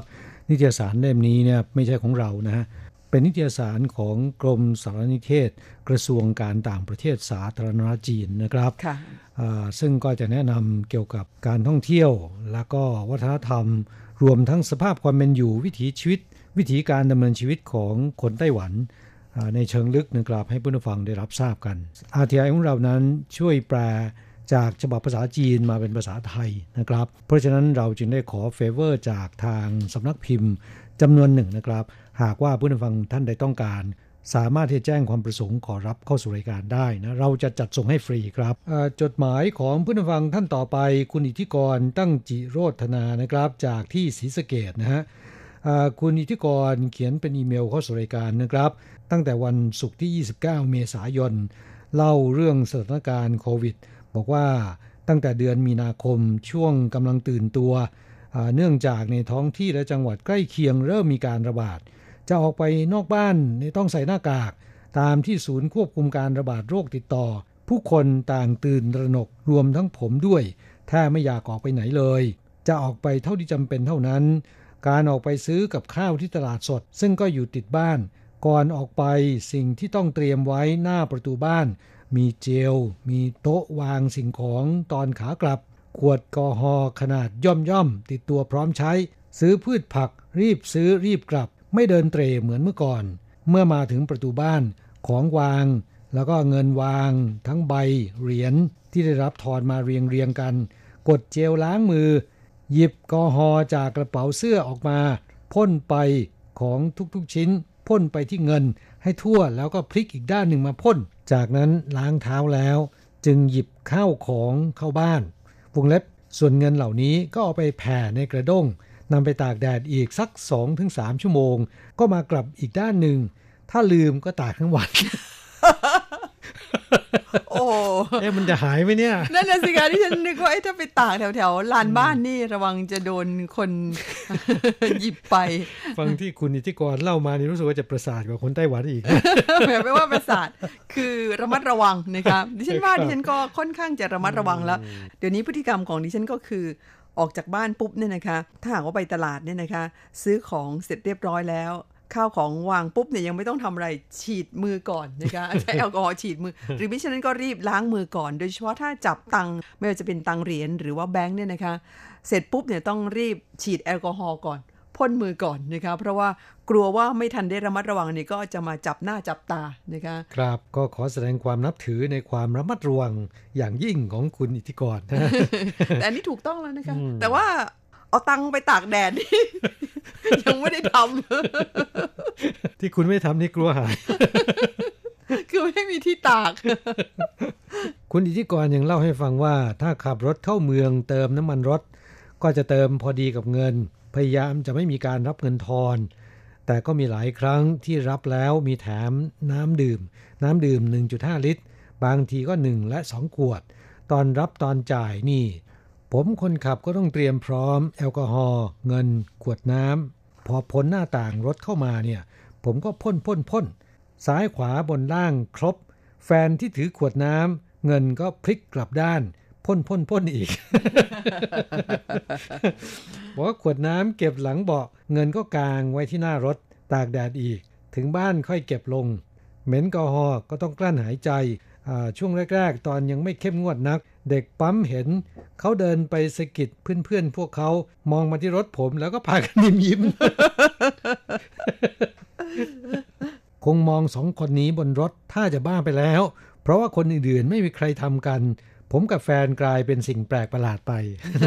นิตยสารเล่มนี้เนี่ยไม่ใช่ของเรานะฮะเป็นนิตยสารของกรมสารนิเทศกระทรวงการต่างประเทศสาธารณรัฐจีนนะครับซึ่งก็จะแนะนำเกี่ยวกับการท่องเที่ยวแล้วก็วัฒนธรรมรวมทั้งสภาพความเป็นอยู่วิถีชีวิตวิถีการดำเนินชีวิตของคนไต้หวันในเชิงลึกนะครับให้ผู้ฟังได้รับทราบกัน RTI ของเรานั้นช่วยแปลจากฉบับภาษาจีนมาเป็นภาษาไทยนะครับเพราะฉะนั้นเราจึงได้ขอเฟเวอร์จากทางสำนักพิมพ์จำนวนหนึ่งนะครับหากว่าผู้ฟังท่านใดต้องการสามารถที่จะแจ้งความประสงค์ขอรับเข้าสู่รายการได้นะเราจะจัดส่งให้ฟรีครับจดหมายของผู้ฟังท่านต่อไปคุณอิทธิกรตั้งจิโรธนานะครับจากที่ศรีสะเกษนะฮะคุณอิทธิกรเขียนเป็นอีเมลเข้าสู่รายการนะครับตั้งแต่วันศุกร์ที่29เมษายนเล่าเรื่องสถานการณ์โควิดบอกว่าตั้งแต่เดือนมีนาคมช่วงกำลังตื่นตัวเนื่องจากในท้องที่และจังหวัดใกล้เคียงเริ่มมีการระบาดจะออกไปนอกบ้านต้องใส่หน้ากากตามที่ศูนย์ควบคุมการระบาดโรคติดต่อผู้คนต่างตื่นตระหนกรวมทั้งผมด้วยแทบไม่อยากออกไปไหนเลยจะออกไปเท่าที่จำเป็นเท่านั้นการออกไปซื้อกับข้าวที่ตลาดสดซึ่งก็อยู่ติดบ้านก่อนออกไปสิ่งที่ต้องเตรียมไว้หน้าประตูบ้านมีเจลมีโต๊ะวางสิ่งของตอนขากลับขวดแอลกอฮอล์ขนาดย่อมติดตัวพร้อมใช้ซื้อพืชผักรีบซื้อรีบกลับไม่เดินเตร่เหมือนเมื่อก่อนเมื่อมาถึงประตูบ้านของวางแล้วก็เงินวางทั้งใบเหรียญที่ได้รับทอนมาเรียงกันกดเจลล้างมือหยิบแอลกอฮอล์จากกระเป๋าเสื้อออกมาพ่นไปของทุกๆชิ้นพ่นไปที่เงินให้ทั่วแล้วก็พลิกอีกด้านหนึ่งมาพ่นจากนั้นล้างเท้าแล้วจึงหยิบข้าวของเข้าบ้านวงเล็บส่วนเงินเหล่านี้ก็เอาไปแผ่ในกระด้งนำไปตากแดดอีกสัก 2-3 ชั่วโมงก็มากลับอีกด้านหนึ่งถ้าลืมก็ตากทั้งวันโอ้มันจะหายไหมเนี่ยนั่นน่ะสิคะที่ฉันนึกว่าถ้าไปตากแถวๆลานบ้านนี่ระวังจะโดนคน หยิบไปฟังที่คุณอิทธิกรเล่ามานี่รู้สึกว่าจะประสาทกว่าคนไต้หวันอีกไม่ว่าประสาทคือระมัดระวังนะครับดิฉันว่าดิฉันก็ค่อนข้างจะระมัดระวังแล้วเดี๋ยวนี้พฤติกรรมของดิฉันก็คือออกจากบ้านปุ๊บเนี่ยนะคะถ้าหากว่าไปตลาดเนี่ยนะคะซื้อของเสร็จเรียบร้อยแล้วข้าวของวางปุ๊บเนี่ยยังไม่ต้องทำอะไรฉีดมือก่อนนะคะใช้แอลกอฮอล์ฉีดมือหรือมิฉะนั้นก็รีบล้างมือก่อนโดยเฉพาะถ้าจับตังค์ไม่ว่าจะเป็นตังค์เหรียญหรือว่าแบงค์เนี่ยนะคะเสร็จปุ๊บเนี่ยต้องรีบฉีดแอลกอฮอล์ก่อนพ่นมือก่อนนะคะเพราะว่ากลัวว่าไม่ทันได้ระมัดระวังเนี่ยก็จะมาจับหน้าจับตานะคะครับก็ขอแสดงความนับถือในความระมัดระวังอย่างยิ่งของคุณอิทธิกรนะแต่อันนี้ถูกต้องแล้วนะคะแต่ว่าเอาตังไปตากแดดนี่ยังไม่ได้ทำที่คุณไม่ทำนี่กลัวหายคือไม่มีที่ตากคุณอิทธิกรยังเล่าให้ฟังว่าถ้าขับรถเข้าเมืองเติมน้ำมันรถก็จะเติมพอดีกับเงินพยายามจะไม่มีการรับเงินทอนแต่ก็มีหลายครั้งที่รับแล้วมีแถมน้ำดื่ม 1.5 ลิตรบางทีก็1และ2ขวดตอนรับตอนจ่ายนี่ผมคนขับก็ต้องเตรียมพร้อมแอลกอฮอล์เงินขวดน้ำพอพ้นหน้าต่างรถเข้ามาเนี่ยผมก็พ่นซ้ายขวาบนล่างครบแฟนที่ถือขวดน้ำเงินก็พลิกกลับด้านพ่นอีก บอกว่าขวดน้ำเก็บหลังเบาะเงินก็กางไว้ที่หน้ารถตากแดดอีกถึงบ้านค่อยเก็บลงเหม็นแอลกอฮอล์ก็ต้องกลั้นหายใจช่วงแรกๆตอนยังไม่เข้มงวดนักเด็กปั๊มเห็นเขาเดินไปสะกิดเพื่อนๆพวกเขามองมาที่รถผมแล้วก็พากันยิ้ม คงมองสองคนนี้บนรถถ้าจะบ้าไปแล้วเพราะว่าคนอื่นๆไม่มีใครทำกันผมกับแฟนกลายเป็นสิ่งแปลกประหลาดไป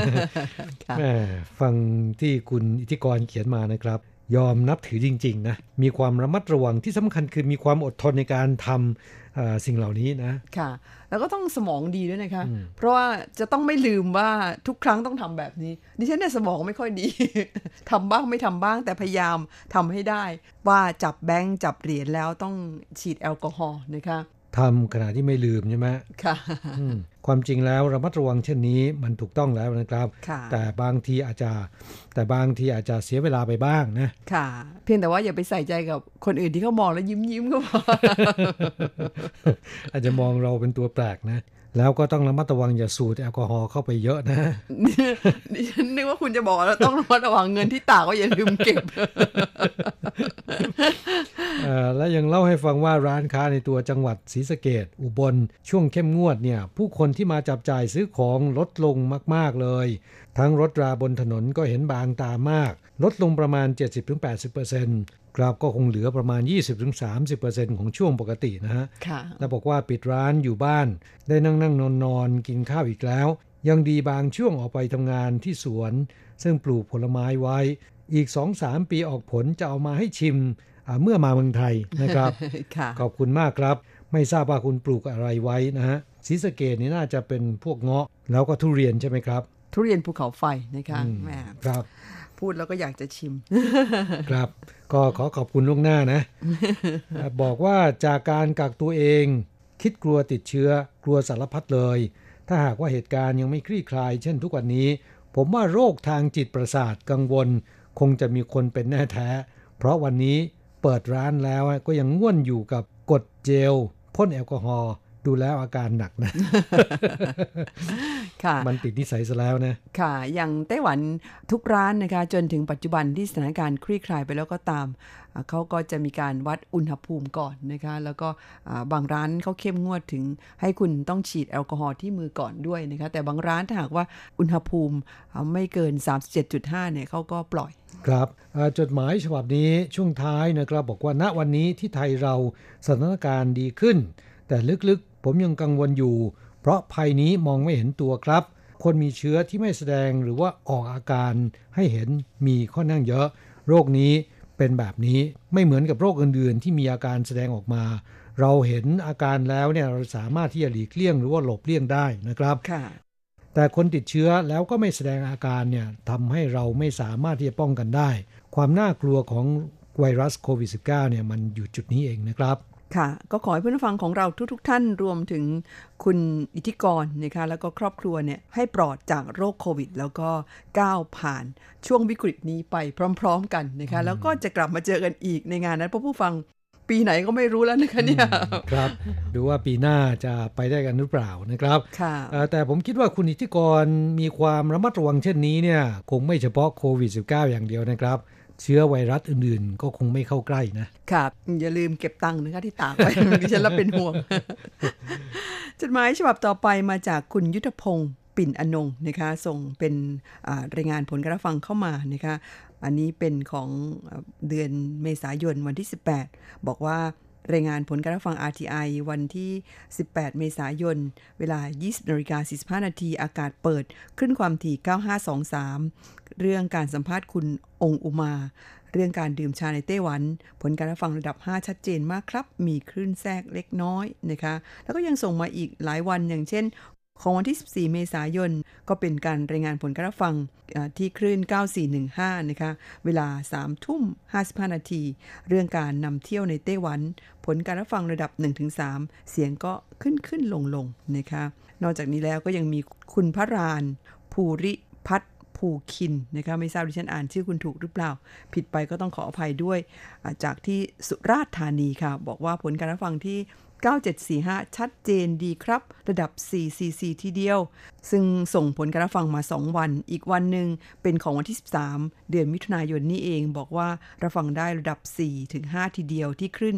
ฟังที่คุณอิทธิกรเขียนมานะครับยอมนับถือจริงๆนะมีความระมัดระวังที่สำคัญคือมีความอดทนในการทำสิ่งเหล่านี้นะค่ะแล้วก็ต้องสมองดีด้วยนะคะเพราะว่าจะต้องไม่ลืมว่าทุกครั้งต้องทำแบบนี้ดิฉันเนี่ยสมองไม่ค่อยดี ทำบ้างไม่ทำบ้างแต่พยายามทำให้ได้ว่าจับแบงค์จับเหรียญแล้วต้องฉีดแอลกอฮอล์นะคะทำขณะที่ไม่ลืมใช่ไหมค่ะความจริงแล้วระมัดระวังเช่นนี้มันถูกต้องแล้วนะครับแต่บางทีอาจจะเสียเวลาไปบ้างนะค่ะเพียงแต่ว่าอย่าไปใส่ใจกับคนอื่นที่เขามองแล้วยิ้มก็พออาจจะมองเราเป็นตัวแปลกนะแล้วก็ต้องระมัดระวังอย่าสูดแอลกอฮอล์เข้าไปเยอะนะดิฉันนึกว่าคุณจะบอกเราต้องระมัดระวังเงินที่ตากก็อย่าลืมเก็บแล้วยังเล่าให้ฟังว่าร้านค้าในตัวจังหวัดศรีสะเกษอุบลช่วงเข้มงวดเนี่ยผู้คนที่มาจับจ่ายซื้อของลดลงมากๆเลยทั้งรถราบนถนนก็เห็นบางตามากลดลงประมาณ 70-80%ครับก็คงเหลือประมาณ 20-30% ของช่วงปกตินะฮะแล้วบอกว่าปิดร้านอยู่บ้านได้นั่งนอนกินข้าวอีกแล้วยังดีบางช่วงออกไปทำงานที่สวนซึ่งปลูกผลไม้ไว้อีก 2-3 ปีออกผลจะเอามาให้ชิมเมื่อมาเมืองไทยนะครับ ขอบคุณมากครับไม่ทราบว่าคุณปลูกอะไรไว้นะฮะศรีสะเกษนี่น่าจะเป็นพวกเงาะแล้วก็ทุเรียนใช่ไหมครับทุเรียนภูเขาไฟนะคะแหมครับพูดแล้วก็อยากจะชิมครับก็ขอบคุณล่วงหน้านะ บอกว่าจากการกักตัวเองคิดกลัวติดเชื้อกลัวสารพัดเลยถ้าหากว่าเหตุการณ์ยังไม่คลี่คลายเช่นทุกวันนี้ผมว่าโรคทางจิตประสาทกังวลคงจะมีคนเป็นแน่แท้เพราะวันนี้เปิดร้านแล้วก็ยังง่วนอยู่กับกดเจลพ่นแอลกอฮอล์ดูแล้วอาการหนักนะค่ะมันติดนิสัยซะแล้วนะค่ะอย่างไต้หวันทุกร้านนะคะจนถึงปัจจุบันที่สถานการณ์คลี่คลายไปแล้วก็ตามเขาก็จะมีการวัดอุณหภูมิก่อนนะคะแล้วก็บางร้านเขาเข้มงวดถึงให้คุณต้องฉีดแอลกอฮอล์ที่มือก่อนด้วยนะคะแต่บางร้านถ้าหากว่าอุณหภูมิไม่เกิน 37.5 เนี่ยเขาก็ปล่อยครับจดหมายฉบับนี้ช่วงท้ายนะครับบอกว่าณวันนี้ที่ไทยเราสถานการณ์ดีขึ้นแต่ลึกๆผมยังกังวลอยู่เพราะภัยนี้มองไม่เห็นตัวครับคนมีเชื้อที่ไม่แสดงหรือว่าออกอาการให้เห็นมีค่อนข้างเยอะโรคนี้เป็นแบบนี้ไม่เหมือนกับโรคอื่นๆที่มีอาการแสดงออกมาเราเห็นอาการแล้วเนี่ยเราสามารถที่จะหลีกเลี่ยงหรือว่าหลบเลี่ยงได้นะครับแต่คนติดเชื้อแล้วก็ไม่แสดงอาการเนี่ยทำให้เราไม่สามารถที่จะป้องกันได้ความน่ากลัวของไวรัสโควิด -19 เนี่ยมันอยู่จุดนี้เองนะครับค่ะก็ขอให้เพื่อนฟังของเราทุกท่านรวมถึงคุณอิทธิกรนะคะแล้วก็ครอบครัวเนี่ยให้ปลอดจากโรคโควิดแล้วก็ก้าวผ่านช่วงวิกฤตนี้ไปพร้อมๆกันนะคะแล้วก็จะกลับมาเจอกันอีกในงานนั้นเพราะผู้ฟังปีไหนก็ไม่รู้แล้วนะคะเนี่ยครับดูว่าปีหน้าจะไปได้กันหรือเปล่านะครับแต่ผมคิดว่าคุณอิทธิกรมีความระมัดระวังเช่นนี้เนี่ยคงไม่เฉพาะโควิด -19 อย่างเดียวนะครับเชื้อไวรัสอื่นๆก็คงไม่เข้าใกล้นะครับอย่าลืมเก็บตังค์นะคะที่ตากไว้ ดิฉันรับเป็นห่วง จดหมายฉบับต่อไปมาจากคุณยุทธพงศ์ปิ่นอนงค์นะคะส่งเป็นรายงานผลการฟังเข้ามานะคะอันนี้เป็นของเดือนเมษายนวันที่18บอกว่ารายงานผลการฟัง RTI วันที่18เมษายนเวลา 20:45 น.อากาศเปิดขึ้นความถี่9523เรื่องการสัมภาษณ์คุณองค์อุมาเรื่องการดื่มชาในไต้หวันผลการฟังระดับ5ชัดเจนมากครับมีคลื่นแทรกเล็กน้อยนะคะแล้วก็ยังส่งมาอีกหลายวันอย่างเช่นของวันที่14เมษายนก็เป็นการรายงานผลการฟังที่คลื่น9415นะคะเวลา 3:55 น.เรื่องการนำเที่ยวในไต้หวันผลการฟังระดับ 1-3 เสียงก็ขึ้นลงนะคะนอกจากนี้แล้วก็ยังมีคุณพระรานภูริพัฒน์ภูคินนะคะไม่ทราบดิฉันอ่านชื่อคุณถูกหรือเปล่าผิดไปก็ต้องขออภัยด้วยจากที่สุราษฎร์ธานีค่ะบอกว่าผลการฟังที่9745ชัดเจนดีครับระดับ444ทีเดียวซึ่งส่งผลการฟังมา2วันอีกวันหนึ่งเป็นของวันที่13เดือนมิถุนายนนี้เองบอกว่ารับฟังได้ระดับ 4-5 ทีเดียวที่คลื่น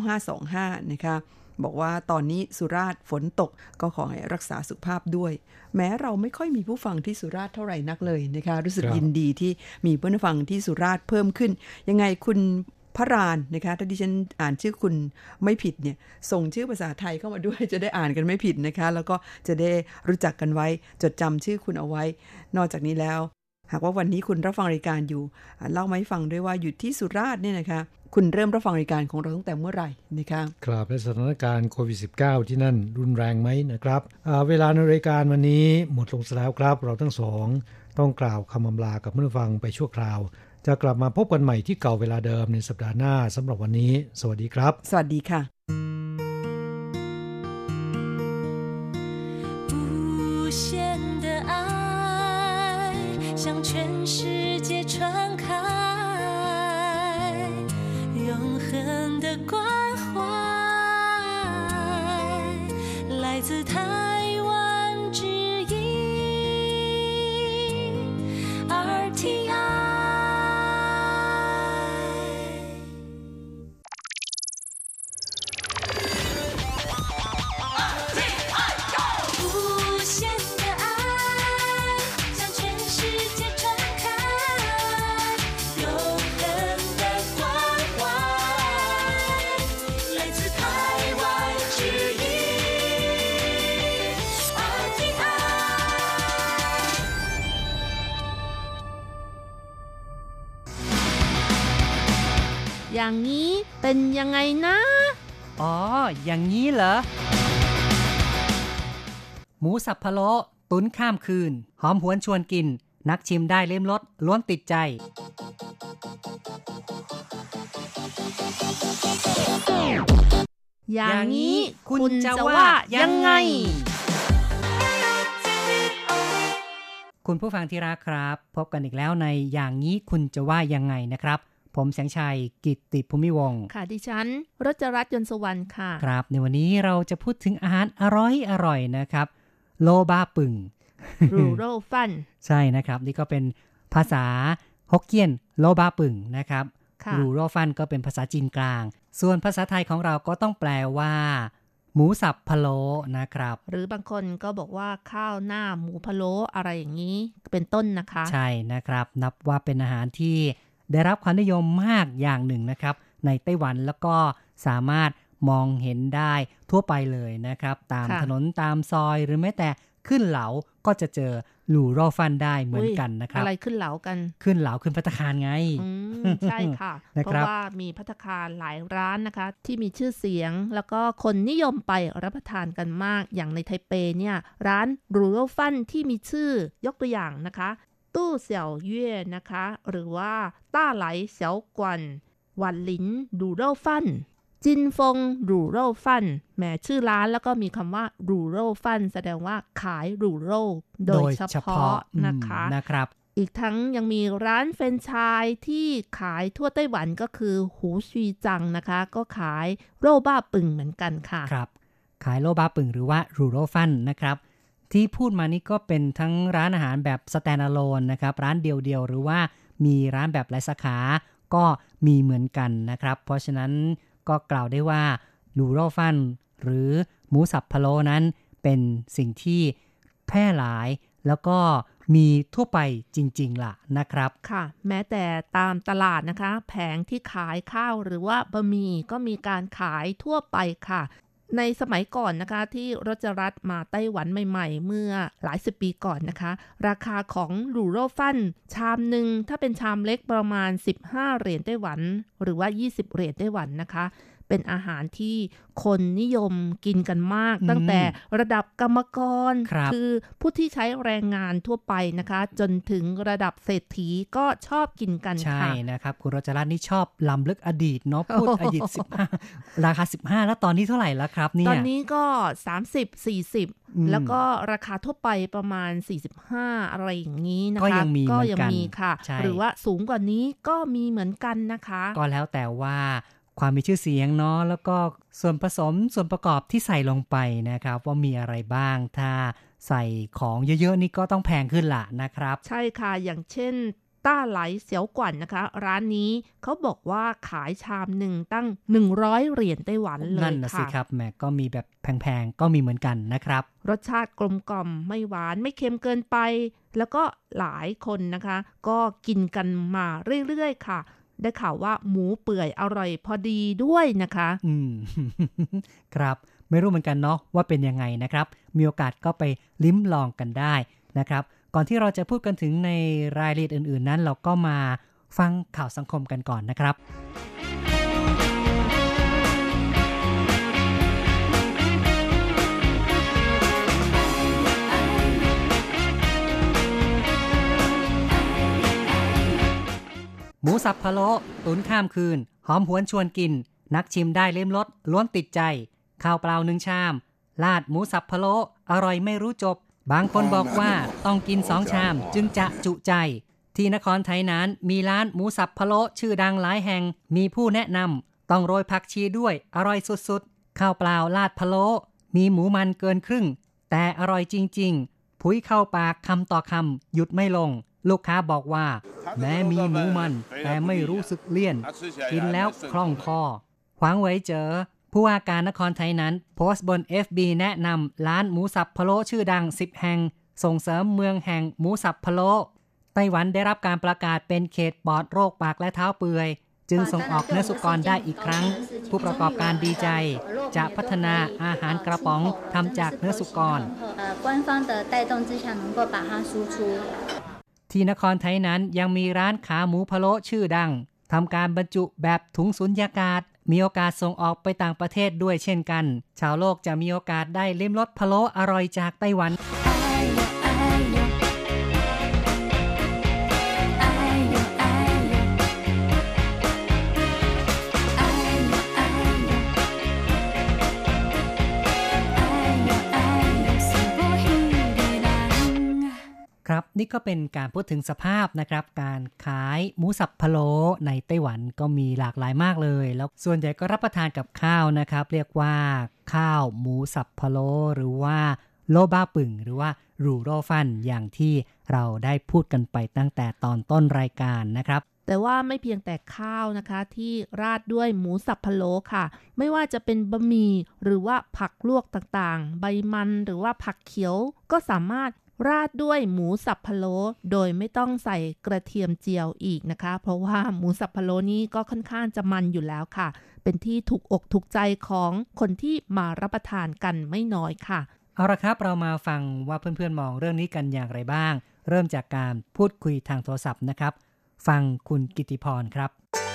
9525นะคะบอกว่าตอนนี้สุราษฎร์ฝนตกก็ขอให้รักษาสุขภาพด้วยแม้เราไม่ค่อยมีผู้ฟังที่สุราษฎร์เท่าไหร่นักเลยนะคะรู้สึกยินดีที่มีผู้ฟังที่สุราษฎร์เพิ่มขึ้นยังไงคุณพระรานนะคะถ้าดิฉันอ่านชื่อคุณไม่ผิดเนี่ยส่งชื่อภาษาไทยเข้ามาด้วยจะได้อ่านกันไม่ผิดนะคะแล้วก็จะได้รู้จักกันไว้จดจำชื่อคุณเอาไว้นอกจากนี้แล้วหากว่าวันนี้คุณรับฟังรายการอยู่เล่ามาให้ฟังด้วยว่าอยู่ที่สุราษฎร์เนี่ยนะคะคุณเริ่มรับฟังรายการของเราตั้งแต่เมื่อไหร่นะคะครับในสถานการณ์โควิด -19 ที่นั่นรุนแรงไหมนะครับเวลาในรายการวันนี้หมดลงแล้วครับเราทั้งสองต้องกล่าวคำอำลากับผู้ฟังไปชั่วคราวจะกลับมาพบกันใหม่ที่เก่าเวลาเดิมในสัปดาห์หน้าสำหรับวันนี้สวัสดีครับสวัสดีค่ะ向全世界传开永恒的关怀来自台湾อย่างนี้เป็นยังไงนะอ๋ออย่างนี้เหรอหมูสับพะโล้ตุ๋นข้ามคืนหอมหวนชวนกินนักชิมได้ลิ้มรสล้วนติดใจอย่างนี้คุณจะว่ายังไงคุณผู้ฟังที่รักครับพบกันอีกแล้วในอย่างนี้คุณจะว่ายังไงนะครับผมแสงชัยกิตติภูมิวงศ์ค่ะดิฉันรจรัตน์ยนต์สวรรค์ค่ะครับในวันนี้เราจะพูดถึงอาหารอร่อยนะครับโลบาปึ่งรูโรฟันใช่นะครับนี่ก็เป็นภาษาฮกเกี้ยนโลบาปึ่งนะครับรูโรฟันก็เป็นภาษาจีนกลางส่วนภาษาไทยของเราก็ต้องแปลว่าหมูสับพะโล้นะครับหรือบางคนก็บอกว่าข้าวหน้าหมูพะโล้อะไรอย่างนี้เป็นต้นนะคะใช่นะครับนับว่าเป็นอาหารที่ได้รับความนิยมมากอย่างหนึ่งนะครับในไต้หวันแล้วก็สามารถมองเห็นได้ทั่วไปเลยนะครับตามถนนตามซอยหรือแม้แต่ขึ้นเหลาก็จะเจอหลู่รอฟันได้เหมือนกันนะครับอะไรขึ้นเหลากันขึ้นเหลาขึ้นภัตตาคารไงใช่ค่ะ เพราะว่ามีภัตตาคารหลายร้านนะคะที่มีชื่อเสียงแล้วก็คนนิยมไปรับประทานกันมากอย่างในไทเปเนี่ยร้านหลู่รอฟันที่มีชื่อยกตัวอย่างนะคะตู้เสี่ยวเย่นะคะหรือว่าต้าไหลเสี่ยวกวนหวันหลินหลู่รอฟันจินฟงหรูโร่ฟันแหมชื่อร้านแล้วก็มีคำว่าหรูโร่ฟันแสดงว่าขายหรูโร่โดยเฉพาะนะคะอีกทั้งยังมีร้านแฟรนไชส์ที่ขายทั่วไต้หวันก็คือหูชีจังนะคะก็ขายโร่บ้าปึ่งเหมือนกันค่ะครับขายโร่บ้าปึ่งหรือว่าหรูโร่ฟันนะครับที่พูดมานี่ก็เป็นทั้งร้านอาหารแบบสแตนด์อะโลนนะครับร้านเดียวๆหรือว่ามีร้านแบบหลายสาขาก็มีเหมือนกันนะครับเพราะฉะนั้นก็กล่าวได้ว่าหลู่โร่ฟันหรือหมูสับพะโล้นั้นเป็นสิ่งที่แพร่หลายแล้วก็มีทั่วไปจริงๆล่ะนะครับค่ะแม้แต่ตามตลาดนะคะแผงที่ขายข้าวหรือว่าบะหมี่ก็มีการขายทั่วไปค่ะในสมัยก่อนนะคะที่รจรัตน์มาไต้หวันใหม่ๆเมื่อหลายสิบปีก่อนนะคะราคาของหลู่โร่ฟันชามหนึ่งถ้าเป็นชามเล็กประมาณ15เหรียญไต้หวันหรือว่า20เหรียญไต้หวันนะคะเป็นอาหารที่คนนิยมกินกันมากตั้งแต่ระดับกรรมกร คือผู้ที่ใช้แรงงานทั่วไปนะคะจนถึงระดับเศรษฐีก็ชอบกินกันค่ะใช่นะครับคุณรจรัตน์นี่ชอบล้ำลึกอดีตเนาะพูดอดีต15ราคา15แล้วตอนนี้เท่าไหร่แล้วครับเนี่ยตอนนี้ก็30-40แล้วก็ราคาทั่วไปประมาณ45อะไรอย่างนี้นะคะก็ยังมีค่ะหรือว่าสูงกว่านี้ก็มีเหมือนกันนะคะก็แล้วแต่ว่าความมีชื่อเสียงเนาะแล้วก็ส่วนผสมส่วนประกอบที่ใส่ลงไปนะครับว่ามีอะไรบ้างถ้าใส่ของเยอะๆนี่ก็ต้องแพงขึ้นล่ะนะครับใช่ค่ะอย่างเช่นต้าไหลเสียวกวนนะคะร้านนี้เขาบอกว่าขายชามหนึ่งตั้ง100เหรียญไต้หวันเลยค่ะนั่นนะสิครับแหมก็มีแบบแพงๆก็มีเหมือนกันนะครับรสชาติกลมกล่อมไม่หวานไม่เค็มเกินไปแล้วก็หลายคนนะคะก็กินกันมาเรื่อยๆค่ะได้ข่าวว่าหมูเปื่อยอร่อยพอดีด้วยนะคะครับไม่รู้เหมือนกันเนาะว่าเป็นยังไงนะครับมีโอกาสก็ไปลิ้มลองกันได้นะครับก่อนที่เราจะพูดกันถึงในรายละเอียดอื่นๆนั้นเราก็มาฟังข่าวสังคมกันก่อนนะครับหมูสับพะโล้ตุ๋นข้ามคืนหอมหวนชวนกินนักชิมได้ลิ้มรสล้วนติดใจข้าวเปล่า1ชามลาดหมูสับพะโล้อร่อยไม่รู้จบบางคนบอกว่าต้องกิน2ชามจึงจะจุใจที่นครไทยนั้นมีร้านหมูสับพะโล้ชื่อดังหลายแห่งมีผู้แนะนำต้องโรยผักชีด้วยอร่อยสุดๆข้าวเปล่าลาดพะโล้มีหมูมันเกินครึ่งแต่อร่อยจริงๆผุยเข้าปากคำต่อคำหยุดไม่ลงลูกค้าบอกว่าแม้มีหมูมันแต่ไม่รู้สึกเลี่ยนกินแล้วคล่องคอหวังไว้เจอผู้ว่าการนครไทยนั้นโพสต์บน FB แนะนำร้านหมูสับพะโล้ชื่อดัง10แห่งส่งเสริมเมืองแห่งหมูสับพะโล้ไต้หวันได้รับการประกาศเป็นเขตปลอดโรคปากและเท้าเปื่อยจึงส่งออกเนื้อสุกรได้อีกครั้งผู้ประกอบการดีใจจะพัฒนาอาหารกระป๋องทำจากเนื้อสุกรที่นครไทยนั้นยังมีร้านขาหมูพะโล้ชื่อดังทำการบรรจุแบบถุงสุญญากาศมีโอกาสส่งออกไปต่างประเทศด้วยเช่นกันชาวโลกจะมีโอกาสได้ลิ้มรสพะโล้อร่อยจากไต้หวันครับนี่ก็เป็นการพูดถึงสภาพนะครับการขายหมูสับพะโล้ในไต้หวันก็มีหลากหลายมากเลยแล้วส่วนใหญ่ก็รับประทานกับข้าวนะครับเรียกว่าข้าวหมูสับพะโล้หรือว่าโลบ้าปึ่งหรือว่ารูโรฟันอย่างที่เราได้พูดกันไปตั้งแต่ตอนต้นรายการนะครับแต่ว่าไม่เพียงแต่ข้าวนะคะที่ราดด้วยหมูสับพะโล้ค่ะไม่ว่าจะเป็นบะหมี่หรือว่าผักลวกต่างๆใบมันหรือว่าผักเขียวก็สามารถราดด้วยหมูสับพะโล้โดยไม่ต้องใส่กระเทียมเจียวอีกนะคะเพราะว่าหมูสับพะโล้นี้ก็ค่อนข้างจะมันอยู่แล้วค่ะเป็นที่ถูกอกถูกใจของคนที่มารับประทานกันไม่น้อยค่ะเอาละครับเรามาฟังว่าเพื่อนๆมองเรื่องนี้กันอย่างไรบ้างเริ่มจากการพูดคุยทางโทรศัพท์นะครับฟังคุณกิติพรครับ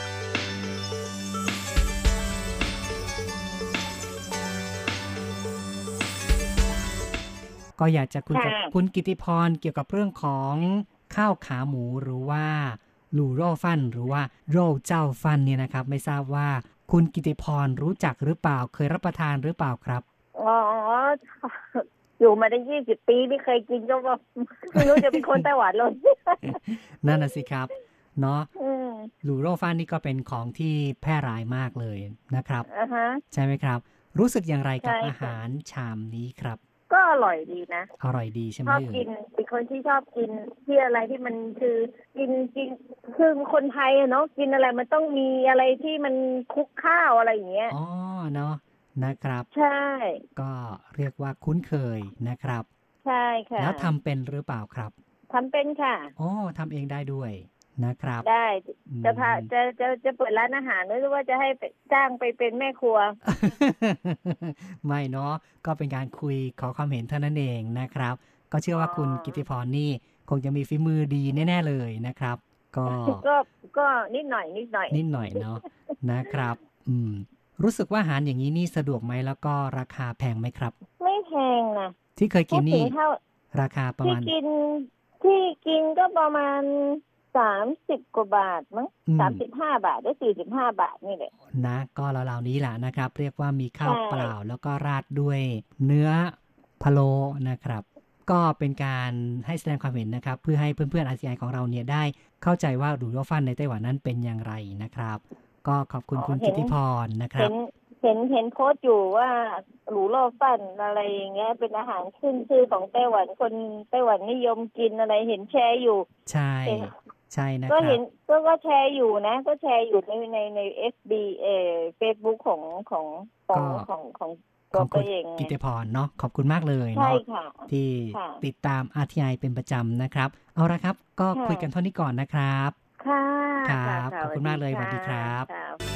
ก็อยากจะคุยกับคุณกิติพรเกี่ยวกับเรื่องของข้าวขาหมูหรือว่าลูโร่ฟันหรือว่าโร่เจ้าฟันเนี่ยนะครับไม่ทราบว่าคุณกิติพรรู้จักหรือเปล่าเคยรับประทานหรือเปล่าครับอ๋ออยู่มาได้20 ปีไม่เคยกินก็ไม่รู้จะเป็นคนไต้หวันเลยนั่นน่ะสิครับเนาะลูโร่ฟันนี่ก็เป็นของที่แพร่หลายมากเลยนะครับใช่ไหมครับรู้สึกอย่างไรกับอาหารชามนี้ครับก็อร่อยดีนะอร่อยดีใช่ไหมชอบกินเป็นคนที่ชอบกินที่อะไรที่มันคือกินคือคนไทยเนาะกินอะไรมันต้องมีอะไรที่มันคลุกข้าวอะไรอย่างเงี้ยอ๋อเนาะนะครับใช่ก็เรียกว่าคุ้นเคยนะครับใช่ค่ะแล้วทำเป็นหรือเปล่าครับทำเป็นค่ะอ๋อทำเองได้ด้วยนะครับได้จะเปิดร้านอาหารหรือว่าจะให้จ้างไปเป็นแม่ครัวไม่เนาะก็เป็นการคุยขอความเห็นเท่านั้นเองนะครับก็เชื่อว่าคุณกิติพรนี่คงจะมีฝีมือดีแน่ๆเลยนะครับก็นิดหน่อยเนาะนะครับรู้สึกว่าอาหารอย่างนี้นี่สะดวกไหมแล้วก็ราคาแพงไหมครับไม่แพงนะที่เคยกินนี่ราคาประมาณที่กินก็ประมาณ30 กว่าบาทมั้ง35 บาทหรือ45 บาทนี่แหละนะก็ราวๆนี้แหละนะครับเรียกว่ามีข้าวเปล่าแล้วก็ราดด้วยเนื้อพะโล้นะครับก็เป็นการให้แสดงความเห็นนะครับเพื่อให้เพื่อนๆ RCI ของเราเนี่ยได้เข้าใจว่าลูโร่ฟันในไต้หวันนั้นเป็นอย่างไรนะครับก็ขอบคุณคุณกิติพรนะครับเห็นโพสต์อยู่ว่าหลูโร่ฟันอะไรอย่างเงี้ยเป็นอาหารขึ้นชื่อของไต้หวันคนไต้หวันนิยมกินอะไรเห็นแชร์อยู่ใช่นะครับก็เห็นก็แชร์อยู่นะก็แชร์อยู่ใน FB Facebook ของตัวเองกิติพรเนาะขอบคุณมากเลยเนาะที่ติดตาม RTI เป็นประจำนะครับเอาละครับก็คุยกันเท่านี้ก่อนนะครับค่ะครับขอบคุณมากเลยสวัสดีครับ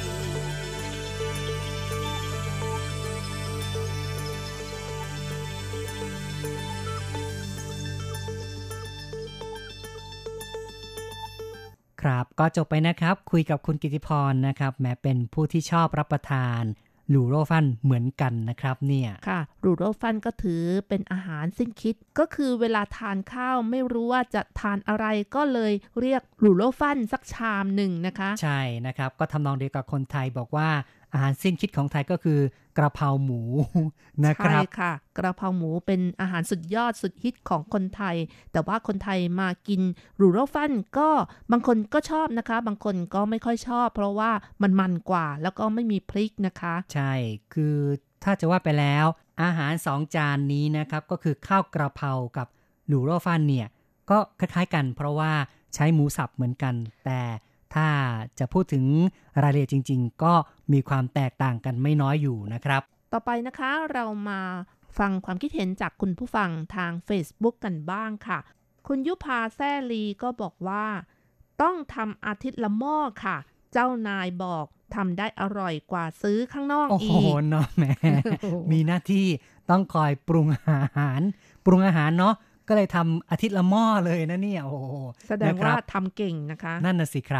ครับก็จบไปนะครับคุยกับคุณกิติพรนะครับแม้เป็นผู้ที่ชอบรับประทานลูโร่ฟันเหมือนกันนะครับเนี่ยค่ะลูโร่ฟันก็ถือเป็นอาหารสิ้นคิดก็คือเวลาทานข้าวไม่รู้ว่าจะทานอะไรก็เลยเรียกลูโร่ฟันสักชามหนึ่งนะคะใช่นะครับก็ทำนองเดียวกับคนไทยบอกว่าอาหารสิ้นคิดของไทยก็คือกระเพราหมูนะครับใช่ค่ะกระเพราหมูเป็นอาหารสุดยอดสุดฮิตของคนไทยแต่ว่าคนไทยมากินลูโร่ฟันก็บางคนก็ชอบนะคะบางคนก็ไม่ค่อยชอบเพราะว่ามันกว่าแล้วก็ไม่มีพริกนะคะใช่คือถ้าจะว่าไปแล้วอาหาร2จานนี้นะครับก็คือข้าวกระเพรากับลูโร่ฟันเนี่ยก็คล้ายๆกันเพราะว่าใช้หมูสับเหมือนกันแต่ถ้าจะพูดถึงรายละเอียดจริงๆก็มีความแตกต่างกันไม่น้อยอยู่นะครับต่อไปนะคะเรามาฟังความคิดเห็นจากคุณผู้ฟังทาง Facebook กันบ้างค่ะคุณยุพาแซ่ลีก็บอกว่าต้องทำอาทิตย์ละหม้อค่ะเจ้านายบอกทำได้อร่อยกว่าซื้อข้างนอกอีกโอ้โหเนาะแม่ มีหน้าที่ต้องคอยปรุงอาหารเนาะก็เลยทำอาทิตย์ละหม้อเลยนะเนี่ยโอ้โหแสดงว่าทำเก่งนะคะนั่นน่ะสิครับ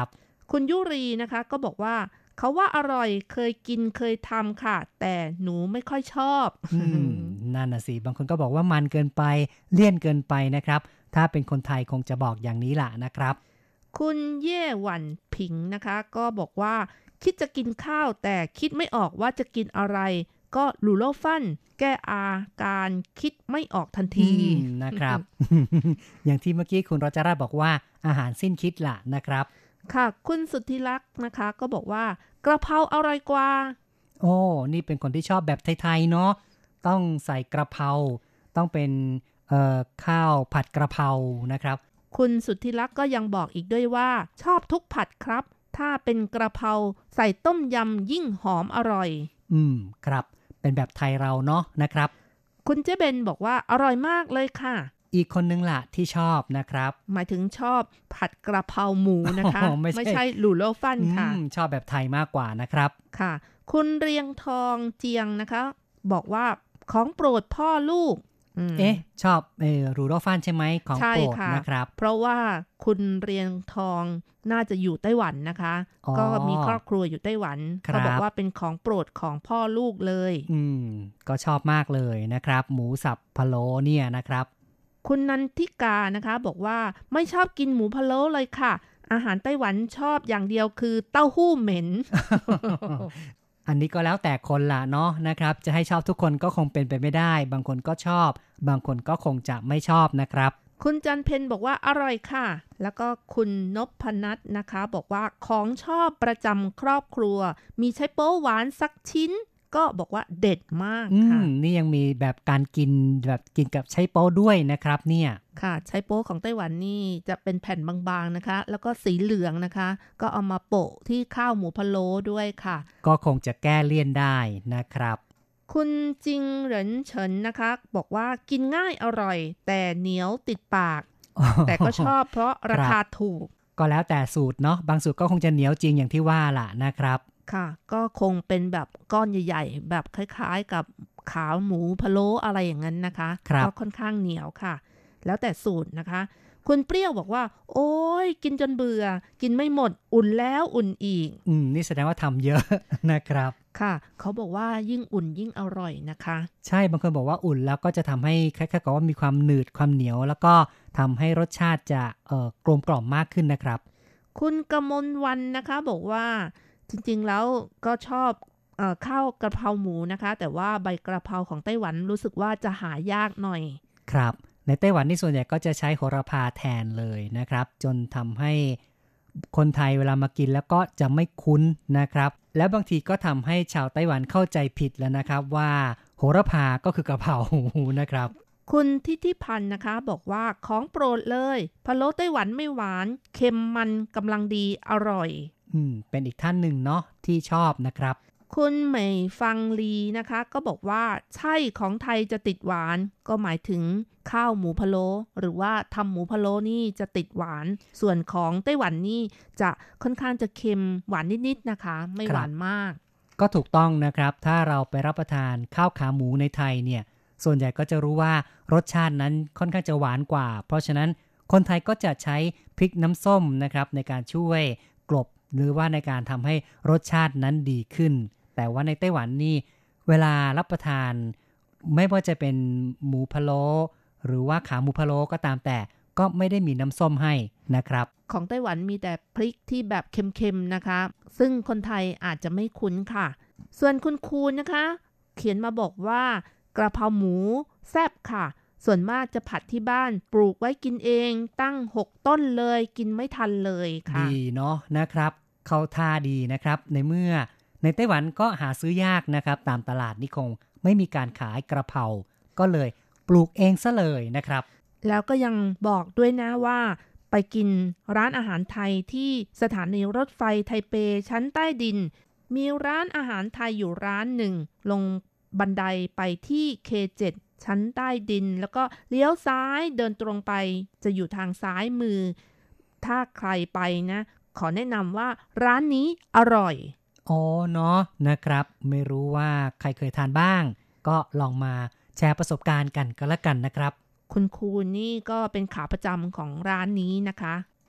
คุณยุรีนะคะก็บอกว่าเขาว่าอร่อยเคยกินเคยทำค่ะแต่หนูไม่ค่อยชอบนั่นน่ะสิบางคนก็บอกว่ามันเกินไปเลี่ยนเกินไปนะครับถ้าเป็นคนไทยคงจะบอกอย่างนี้ล่ะนะครับคุณเย่หวันผิงนะคะก็บอกว่าคิดจะกินข้าวแต่คิดไม่ออกว่าจะกินอะไรก็หลูโลฟันแก้อาการคิดไม่ออกทันทีนะครับ อย่างที่เมื่อกี้คุณรัชราชบอกว่าอาหารสิ้นคิดล่ะนะครับค่ะคุณสุทธิลักษณ์นะคะก็บอกว่ากระเพราอร่อยกว่าโอ้นี่เป็นคนที่ชอบแบบไทยๆเนาะต้องใส่กระเพราต้องเป็นข้าวผัดกระเพรานะครับคุณสุทธิลักษณ์ก็ยังบอกอีกด้วยว่าชอบทุกผัดครับถ้าเป็นกระเพราใส่ต้มยำยิ่งหอมอร่อยครับเป็นแบบไทยเราเนาะนะครับคุณเจ๊เบนบอกว่าอร่อยมากเลยค่ะอีกคนนึงล่ะที่ชอบนะครับหมายถึงชอบผัดกระเพราหมูนะคะ ไม่ใช่หลู่โลฟันค่ะชอบแบบไทยมากกว่านะครับค่ะคุณเรียงทองเจียงนะคะบอกว่าของโปรดพ่อลูกชอบรูโรฟันใช่ไหมของโปรดนะครับเพราะว่าคุณเรียงทองน่าจะอยู่ไต้หวันนะคะก็มีครอบครัวอยู่ไต้หวันเขาบอกว่าเป็นของโปรดของพ่อลูกเลยก็ชอบมากเลยนะครับหมูสับพะโล้เนี่ยนะครับคุณนันทิกานะคะบอกว่าไม่ชอบกินหมูพะโล้เลยค่ะอาหารไต้หวันชอบอย่างเดียวคือเต้าหู้เหม็นอันนี้ก็แล้วแต่คนละเนาะนะครับจะให้ชอบทุกคนก็คงเป็นไปไม่ได้บางคนก็ชอบบางคนก็คงจะไม่ชอบนะครับคุณจันเพ็ญบอกว่าอร่อยค่ะแล้วก็คุณนพนัทนะคะบอกว่าของชอบประจำครอบครัวมีไชโป๊หวานสักชิ้นก็บอกว่าเด็ดมากค่ะนี่ยังมีแบบการกินแบบกินกับไชโป๊ด้วยนะครับเนี่ยค่ะไชโป๊ของไต้หวันนี่จะเป็นแผ่นบางๆนะคะแล้วก็สีเหลืองนะคะก็เอามาโปะที่ข้าวหมูพะโล้ด้วยค่ะก็คงจะแก้เลี่ยนได้นะครับคุณจิงเหรินเฉินนะคะบอกว่ากินง่ายอร่อยแต่เหนียวติดปากแต่ก็ชอบเพราะราคาถูกก็แล้วแต่สูตรเนาะบางสูตรก็คงจะเหนียวจริงอย่างที่ว่าล่ะนะครับค่ะก็คงเป็นแบบก้อนใหญ่ๆแบบคล้ายๆกับขาหมูพะโล้อะไรอย่างนั้นนะคะก็ค่อนข้างเหนียวค่ะแล้วแต่สูตรนะคะคุณเปรี้ยวบอกว่าโอ้ยกินจนเบื่อกินไม่หมดอุ่นแล้วอุ่นอีกนี่แสดงว่าทำเยอะนะครับค่ะเขาบอกว่ายิ่งอุ่นยิ่งอร่อยนะคะใช่บางคนบอกว่าอุ่นแล้วก็จะทำให้คล้ายๆกับว่ามีความหนืดความเหนียวแล้วก็ทำให้รสชาติจะกลมกล่อมมากขึ้นนะครับคุณกมลวรรณนะคะบอกว่าจริงๆแล้วก็ชอบข้าวกระเพราหมูนะคะแต่ว่าใบกระเพราของไต้หวันรู้สึกว่าจะหายากหน่อยครับในไต้หวันนี่ส่วนใหญ่ก็จะใช้โหระพาแทนเลยนะครับจนทำให้คนไทยเวลามากินแล้วก็จะไม่คุ้นนะครับและบางทีก็ทำให้ชาวไต้หวันเข้าใจผิดแล้วนะครับว่าโหระพาก็คือกระเพรานะครับคุณทิติพันธ์นะคะบอกว่าของโปรดเลยพะโล้ไต้หวันไม่หวานเค็มมันกำลังดีอร่อยเป็นอีกท่านหนึ่งเนาะที่ชอบนะครับคุณเหมยฟังลีนะคะก็บอกว่าใช่ของไทยจะติดหวานก็หมายถึงข้าวหมูพะโล้หรือว่าทำหมูพะโล้นี่จะติดหวานส่วนของไต้หวันนี่จะค่อนข้างจะเค็มหวานนิดๆนะคะไม่หวานมากก็ถูกต้องนะครับถ้าเราไปรับประทานข้าวขาหมูในไทยเนี่ยส่วนใหญ่ก็จะรู้ว่ารสชาตินั้นค่อนข้างจะหวานกว่าเพราะฉะนั้นคนไทยก็จะใช้พริกน้ำส้มนะครับในการช่วยกลบหรือว่าในการทำให้รสชาตินั้นดีขึ้นแต่ว่าในไต้หวันนี่เวลารับประทานไม่ว่าจะเป็นหมูพะโล้หรือว่าขาหมูพะโล้ก็ตามแต่ก็ไม่ได้มีน้ำส้มให้นะครับของไต้หวันมีแต่พริกที่แบบเค็มๆนะคะซึ่งคนไทยอาจจะไม่คุ้นค่ะส่วนคุณคูณนะคะเขียนมาบอกว่ากระเพราหมูแซ่บค่ะส่วนมากจะผัดที่บ้านปลูกไว้กินเองตั้ง6ต้นเลยกินไม่ทันเลยค่ะดีเนาะนะครับเข้าท่าดีนะครับในเมื่อในไต้หวันก็หาซื้อยากนะครับตามตลาดนี่คงไม่มีการขายกระเพราก็เลยปลูกเองซะเลยนะครับแล้วก็ยังบอกด้วยนะว่าไปกินร้านอาหารไทยที่สถานีรถไฟไทเปชั้นใต้ดินมีร้านอาหารไทยอยู่ร้านหนึ่งลงบันไดไปที่ K7 ชั้นใต้ดินแล้วก็เลี้ยวซ้ายเดินตรงไปจะอยู่ทางซ้ายมือถ้าใครไปนะขอแนะนำว่าร้านนี้อร่อยอ๋อเนาะนะครับไม่รู้ว่าใครเคยทานบ้างก็ลองมาแชร์ประสบการณ์กันก็แล้วกันนะครับคุณครูนี่ก็เป็นขาประจำของร้านนี้นะคะ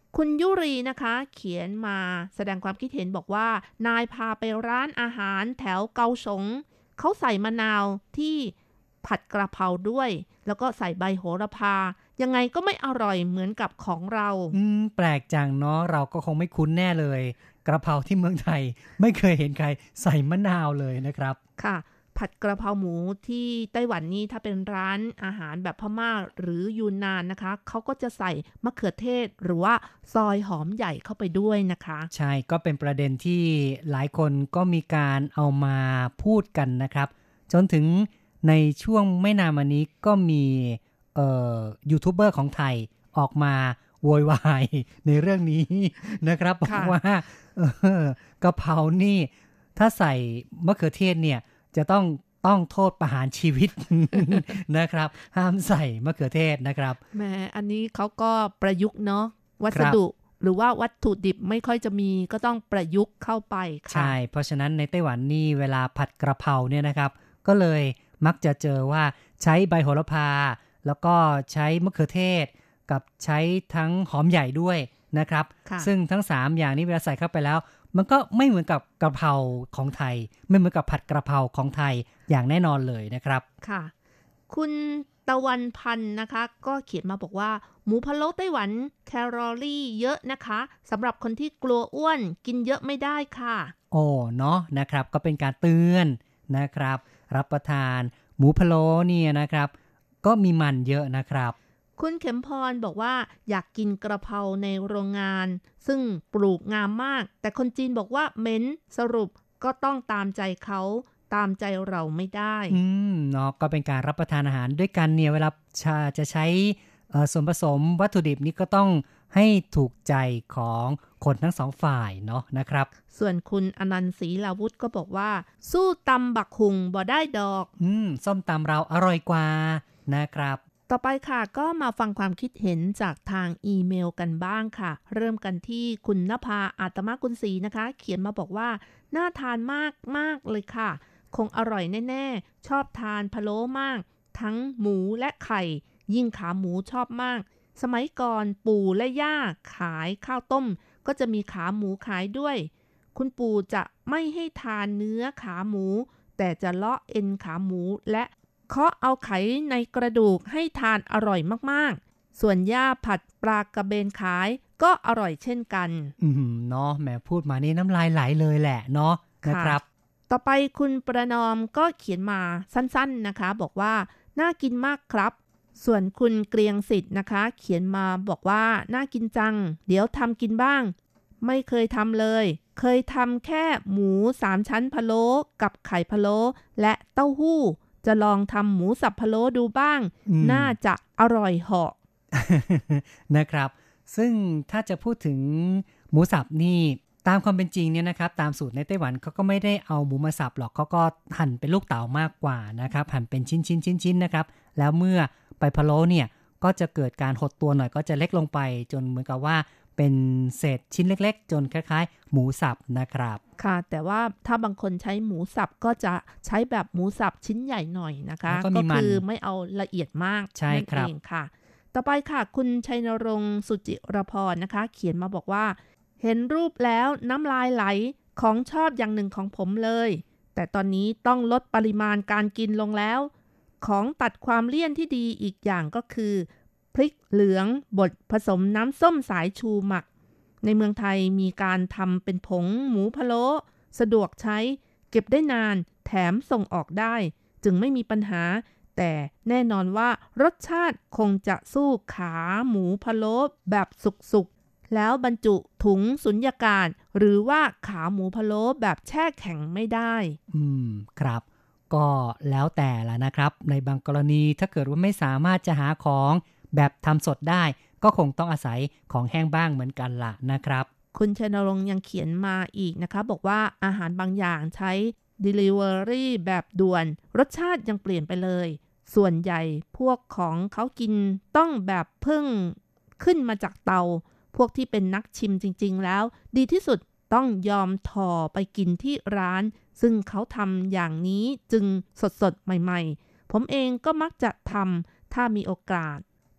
คุณยุรีนะคะเขียนมาแสดงความคิดเห็นบอกว่านายพาไปร้านอาหารแถวเกาสงเขาใส่มะนาวที่ผัดกระเพราด้วยแล้วก็ใส่ใบโหระพายังไงก็ไม่อร่อยเหมือนกับของเราแปลกจังเนาะเราก็คงไม่คุ้นแน่เลยกระเพราที่เมืองไทยไม่เคยเห็นใครใส่มะนาวเลยนะครับค่ะผัดกระเพราหมูที่ไต้หวันนี่ถ้าเป็นร้านอาหารแบบพม่าหรือยูนนานนะคะเขาก็จะใส่มะเขือเทศหรือว่าซอยหอมใหญ่เข้าไปด้วยนะคะใช่ก็เป็นประเด็นที่หลายคนก็มีการเอามาพูดกันนะครับจนถึงในช่วงไม่นานมานี้ก็มียูทูบเบอร์ของไทยออกมาโวยวายในเรื่องนี้นะครับบอกว่ากะเพรานี่ถ้าใส่มะเขือเทศเนี่ยจะต้องโทษประหารชีวิต นะครับห้ามใส่มะเขือเทศนะครับแหมอันนี้เขาก็ประยุกต์เนาะวัสดุหรือว่าวัตถุดิบไม่ค่อยจะมีก็ต้องประยุกต์เข้าไปค่ะใช่เพราะฉะนั้นในไต้หวันนี่เวลาผัดกระเพราเนี่ยนะครับก็เลยมักจะเจอว่าใช้ใบโหระพาแล้วก็ใช้มะเขือเทศกับใช้ทั้งหอมใหญ่ด้วยนะครับซึ่งทั้ง3อย่างนี้เวลาใส่เข้าไปแล้วมันก็ไม่เหมือนกับกะเพราของไทยไม่เหมือนกับผัดกระเพราของไทยอย่างแน่นอนเลยนะครับค่ะคุณตะวันพันธ์นะคะก็เขียนมาบอกว่าหมูพะโล้ไต้หวันแคลอรี่เยอะนะคะสำหรับคนที่กลัวอ้วนกินเยอะไม่ได้ค่ะโอ้เนาะนะครับก็เป็นการเตือนนะครับรับประทานหมูพะโล้เนี่ยนะครับก็มีมันเยอะนะครับคุณเข็มพรบอกว่าอยากกินกระเพราในโรงงานซึ่งปลูกงามมากแต่คนจีนบอกว่าเหม็นสรุปก็ต้องตามใจเขาตามใจเราไม่ได้เนาะก็เป็นการรับประทานอาหารด้วยกันเนี่ยเวลาจะใช้ส่วนผสมวัตถุดิบนี้ก็ต้องให้ถูกใจของคนทั้งสองฝ่ายเนาะนะครับส่วนคุณอนันต์ศรีลาวุธก็บอกว่าสู้ตำบักหุงบ่ได้ดอกส้มตำเราอร่อยกว่านะครับต่อไปค่ะก็มาฟังความคิดเห็นจากทางอีเมลกันบ้างค่ะเริ่มกันที่คุณณภาอาตมกุลศรีนะคะเขียนมาบอกว่าน่าทานมากเลยค่ะคงอร่อยแน่ๆชอบทานพะโล้มากทั้งหมูและไข่ยิ่งขาหมูชอบมากสมัยก่อนปู่และย่าขายข้าวต้มก็จะมีขาหมูขายด้วยคุณปู่จะไม่ให้ทานเนื้อขาหมูแต่จะเลาะเอ็นขาหมูและเคาะเอาไขในกระดูกให้ทานอร่อยมากๆส่วนย่าผัดปลากระเบนขายก็อร่อยเช่นกันเนาะแม่พูดมานี่น้ำลายไหลเลยแหละเนาะนะครับต่อไปคุณประนอมก็เขียนมาสั้นๆนะคะบอกว่าน่ากินมากครับส่วนคุณเกรียงสิทธิ์นะคะเขียนมาบอกว่าน่ากินจังเดี๋ยวทำกินบ้างไม่เคยทำเลยเคยทำแค่หมู3ชั้นพะโล้กับไข่พะโล้และเต้าหู้จะลองทำหมูสับพะโล้ดูบ้างน่าจะอร่อยเหาะนะครับซึ่งถ้าจะพูดถึงหมูสับนี่ตามความเป็นจริงเนี่ยนะครับตามสูตรในไต้หวันเขาก็ไม่ได้เอาหมูมาสับหรอกเขาก็หั่นเป็นลูกเต๋ามากกว่านะครับหั่นเป็นชิ้นๆนะครับแล้วเมื่อไปพะโล้เนี่ยก็จะเกิดการหดตัวหน่อยก็จะเล็กลงไปจนเหมือนกับว่าเป็นเศษชิ้นเล็กๆจนคล้ายๆหมูสับนะครับค่ะแต่ว่าถ้าบางคนใช้หมูสับก็จะใช้แบบหมูสับชิ้นใหญ่หน่อยนะคะก็คือไม่เอาละเอียดมากนั่นเองค่ะต่อไปค่ะคุณชัยนรงค์สุจิรพรนะคะเขียนมาบอกว่าเห็นรูปแล้วน้ำลายไหลของชอบอย่างหนึ่งของผมเลยแต่ตอนนี้ต้องลดปริมาณการกินลงแล้วของตัดความเลี่ยนที่ดีอีกอย่างก็คือพริกเหลืองบดผสมน้ำส้มสายชูหมักในเมืองไทยมีการทำเป็นผงหมูพะโล้สะดวกใช้เก็บได้นานแถมส่งออกได้จึงไม่มีปัญหาแต่แน่นอนว่ารสชาติคงจะสู้ขาหมูพะโล้แบบสุกๆแล้วบรรจุถุงสุญญากาศหรือว่าขาหมูพะโล้แบบแช่แข็งไม่ได้ครับก็แล้วแต่ละนะครับในบางกรณีถ้าเกิดว่าไม่สามารถจะหาของแบบทำสดได้ก็คงต้องอาศัยของแห้งบ้างเหมือนกันล่ะนะครับคุณชัยนรงค์ยังเขียนมาอีกนะคะบอกว่าอาหารบางอย่างใช้ delivery แบบด่วนรสชาติยังเปลี่ยนไปเลยส่วนใหญ่พวกของเขากินต้องแบบเพิ่งขึ้นมาจากเตาพวกที่เป็นนักชิมจริงๆแล้วดีที่สุดต้องยอมถ่อไปกินที่ร้านซึ่งเขาทำอย่างนี้จึงสดๆใหม่ๆผมเองก็มักจะทำถ้ามีโอกาส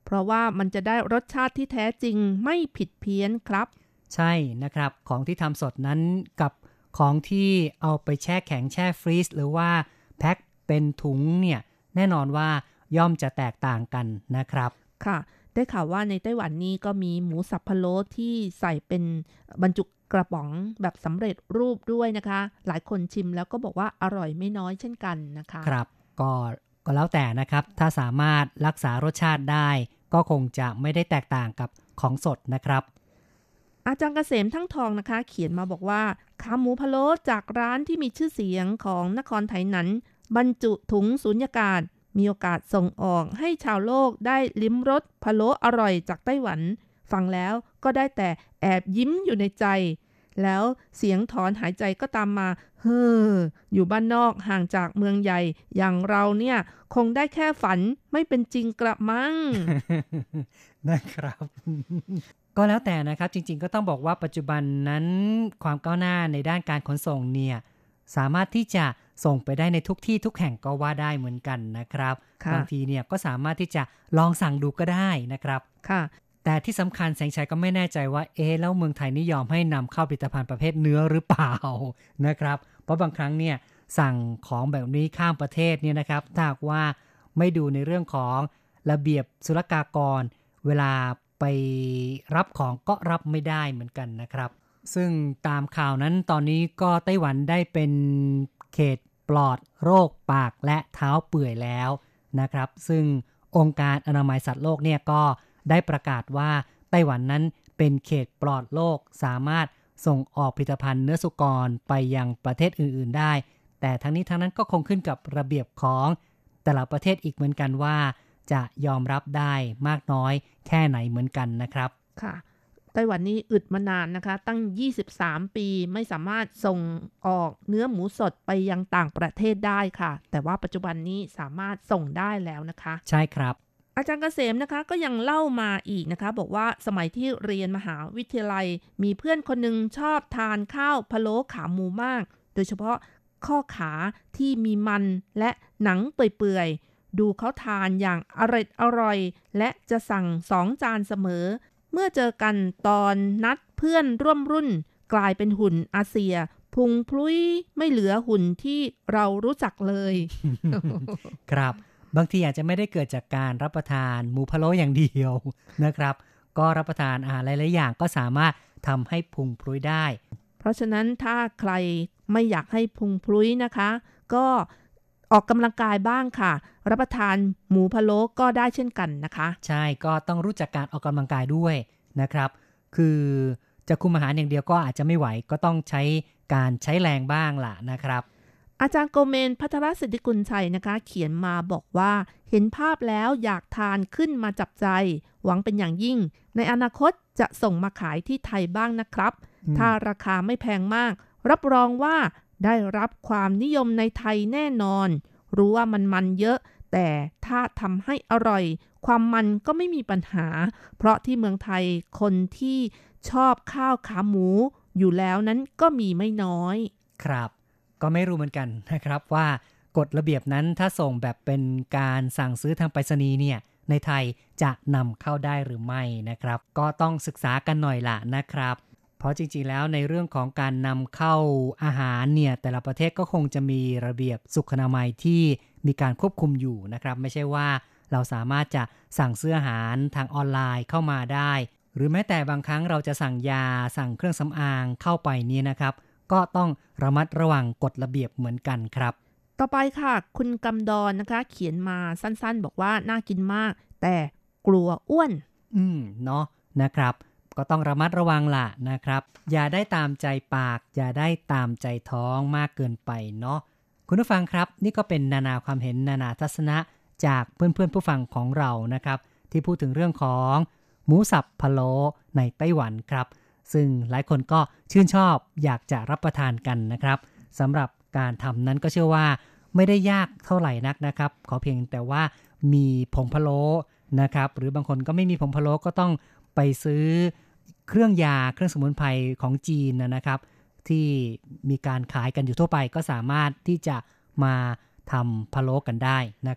เพราะว่ามันจะได้รสชาติที่แท้จริงไม่ผิดเพี้ยนครับใช่นะครับของที่ทำสดนั้นกับของที่เอาไปแช่แข็งแช่ฟรีซหรือว่าแพ็คเป็นถุงเนี่ยแน่นอนว่าย่อมจะแตกต่างกันนะครับค่ะได้ข่าวว่าในไต้หวันนี้ก็มีหมูสับพะโล้ที่ใส่เป็นบรรจุกระป๋องแบบสำเร็จรูปด้วยนะคะหลายคนชิมแล้วก็บอกว่าอร่อยไม่น้อยเช่นกันนะคะครับก็แล้วแต่นะครับถ้าสามารถรักษารสชาติได้ก็คงจะไม่ได้แตกต่างกับของสดนะครับอาจารย์เกษมทั้งทองนะคะเขียนมาบอกว่าขาหมูพะโล้จากร้านที่มีชื่อเสียงของนครไถหนันบรรจุถุงสุญญากาศมีโอกาสส่งออกให้ชาวโลกได้ลิ้มรสพะโล้อร่อยจากไต้หวันฟังแล้วก็ได้แต่แอบยิ้มอยู่ในใจแล้วเสียงถอนหายใจก็ตามมาอยู่บ้านนอกห่างจากเมืองใหญ่อย่างเราเนี่ยคงได้แค่ฝันไม่เป็นจริงกระมังนะครับก็แล้วแต่นะครับจริงๆก็ต้องบอกว่าปัจจุบันนั้นความก้าวหน้าในด้านการขนส่งเนี่ยสามารถที่จะส่งไปได้ในทุกที่ทุกแห่งก็ว่าได้เหมือนกันนะครับบางทีเนี่ยก็สามารถที่จะลองสั่งดูก็ได้นะครับค่ะแต่ที่สำคัญแสงชัยก็ไม่แน่ใจว่าแล้วเมืองไทยนี่ยอมให้นำเข้าผลิตภัณฑ์ประเภทเนื้อหรือเปล่านะครับเพราะบางครั้งเนี่ยสั่งของแบบนี้ข้ามประเทศเนี่ยนะครับถ้าหากว่าไม่ดูในเรื่องของระเบียบศุลกากรเวลาไปรับของก็รับไม่ได้เหมือนกันนะครับซึ่งตามข่าวนั้นตอนนี้ก็ไต้หวันได้เป็นเขตปลอดโรคปากและเท้าเปื่อยแล้วนะครับซึ่งองค์การอนามัยสัตว์โลกเนี่ยก็ได้ประกาศว่าไต้หวันนั้นเป็นเขตปลอดโรคสามารถส่งออกผลิตภัณฑ์เนื้อสุกรไปยังประเทศอื่นๆได้แต่ทั้งนี้ทั้งนั้นก็คงขึ้นกับระเบียบของแต่ละประเทศอีกเหมือนกันว่าจะยอมรับได้มากน้อยแค่ไหนเหมือนกันนะครับค่ะไต้หวันนี่อึดมานานนะคะตั้ง23ปีไม่สามารถส่งออกเนื้อหมูสดไปยังต่างประเทศได้ค่ะแต่ว่าปัจจุบันนี้สามารถส่งได้แล้วนะคะใช่ครับอาจารย์เกษมนะคะก็ยังเล่ามาอีกนะคะบอกว่าสมัยที่เรียนมหาวิทยาลัยมีเพื่อนคนนึงชอบทานข้าวพะโล้ขาหมูมากโดยเฉพาะข้อขาที่มีมันและหนังเปื่อยๆดูเขาทานอย่างอร่อยและจะสั่ง2 จานเสมอเมื่อเจอกันตอนนัดเพื่อนร่วมรุ่นกลายเป็นหุ่นอาเซียพุงพลุยไม่เหลือหุ่นที่เรารู้จักเลยครับบางทีอาจจะไม่ได้เกิดจากการรับประทานหมูพะโล้อย่างเดียวนะครับก็รับประทานอาหารหลายๆอย่างก็สามารถทำให้พุงพลุยได้เพราะฉะนั้นถ้าใครไม่อยากให้พุงพลุยนะคะก็ออกกำลังกายบ้างค่ะรับประทานหมูพะโล้ก็ได้เช่นกันนะคะใช่ก็ต้องรู้จักการออกกำลังกายด้วยนะครับคือจะคุมอาหารอย่างเดียวก็อาจจะไม่ไหวก็ต้องใช้การใช้แรงบ้างล่ะนะครับอาจารย์โกเมนภัทรสิทธิกุลชัยนะคะเขียนมาบอกว่าเห็นภาพแล้วอยากทานขึ้นมาจับใจหวังเป็นอย่างยิ่งในอนาคตจะส่งมาขายที่ไทยบ้างนะครับถ้าราคาไม่แพงมากรับรองว่าได้รับความนิยมในไทยแน่นอนรู้ว่ามันเยอะแต่ถ้าทำให้อร่อยความมันก็ไม่มีปัญหาเพราะที่เมืองไทยคนที่ชอบข้าวขาหมูอยู่แล้วนั้นก็มีไม่น้อยครับก็ไม่รู้เหมือนกันนะครับว่ากฎระเบียบนั้นถ้าส่งแบบเป็นการสั่งซื้อทางไปรษณีย์เนี่ยในไทยจะนำเข้าได้หรือไม่นะครับก็ต้องศึกษากันหน่อยล่ะนะครับเพราะจริงๆแล้วในเรื่องของการนำเข้าอาหารเนี่ยแต่ละประเทศก็คงจะมีระเบียบสุขอนามัยที่มีการควบคุมอยู่นะครับไม่ใช่ว่าเราสามารถจะสั่งซื้ออาหารทางออนไลน์เข้ามาได้หรือแม้แต่บางครั้งเราจะสั่งยาสั่งเครื่องสำอางเข้าไปนี่นะครับก็ต้องระมัดระวังกฎระเบียบเหมือนกันครับต่อไปค่ะคุณกำดอนนะคะเขียนมาสั้นๆบอกว่าน่ากินมากแต่กลัวอ้วนเนาะนะครับก็ต้องระมัดระวังล่ะนะครับอย่าได้ตามใจปากอย่าได้ตามใจท้องมากเกินไปเนาะคุณผู้ฟังครับนี่ก็เป็นนานาความเห็นนานาทัศนะจากเพื่อนๆผู้ฟังของเรานะครับที่พูดถึงเรื่องของหมูสับพะโล้ในไต้หวันครับซึ่งหลายคนก็ชื่นชอบอยากจะรับประทานกันนะครับสำหรับการทำนั้นก็เชื่อว่าไม่ได้ยากเท่าไหร่นักนะครับขอเพียงแต่ว่ามีผงพะโล้นะครับหรือบางคนก็ไม่มีผงพะโล้ก็ต้องไปซื้อเครื่องยาเครื่องสมุนไพรของจีนนะครับที่มีการขายกันอยู่ทั่วไปก็สามารถที่จะมาทำพะโล้กันได้นะครับ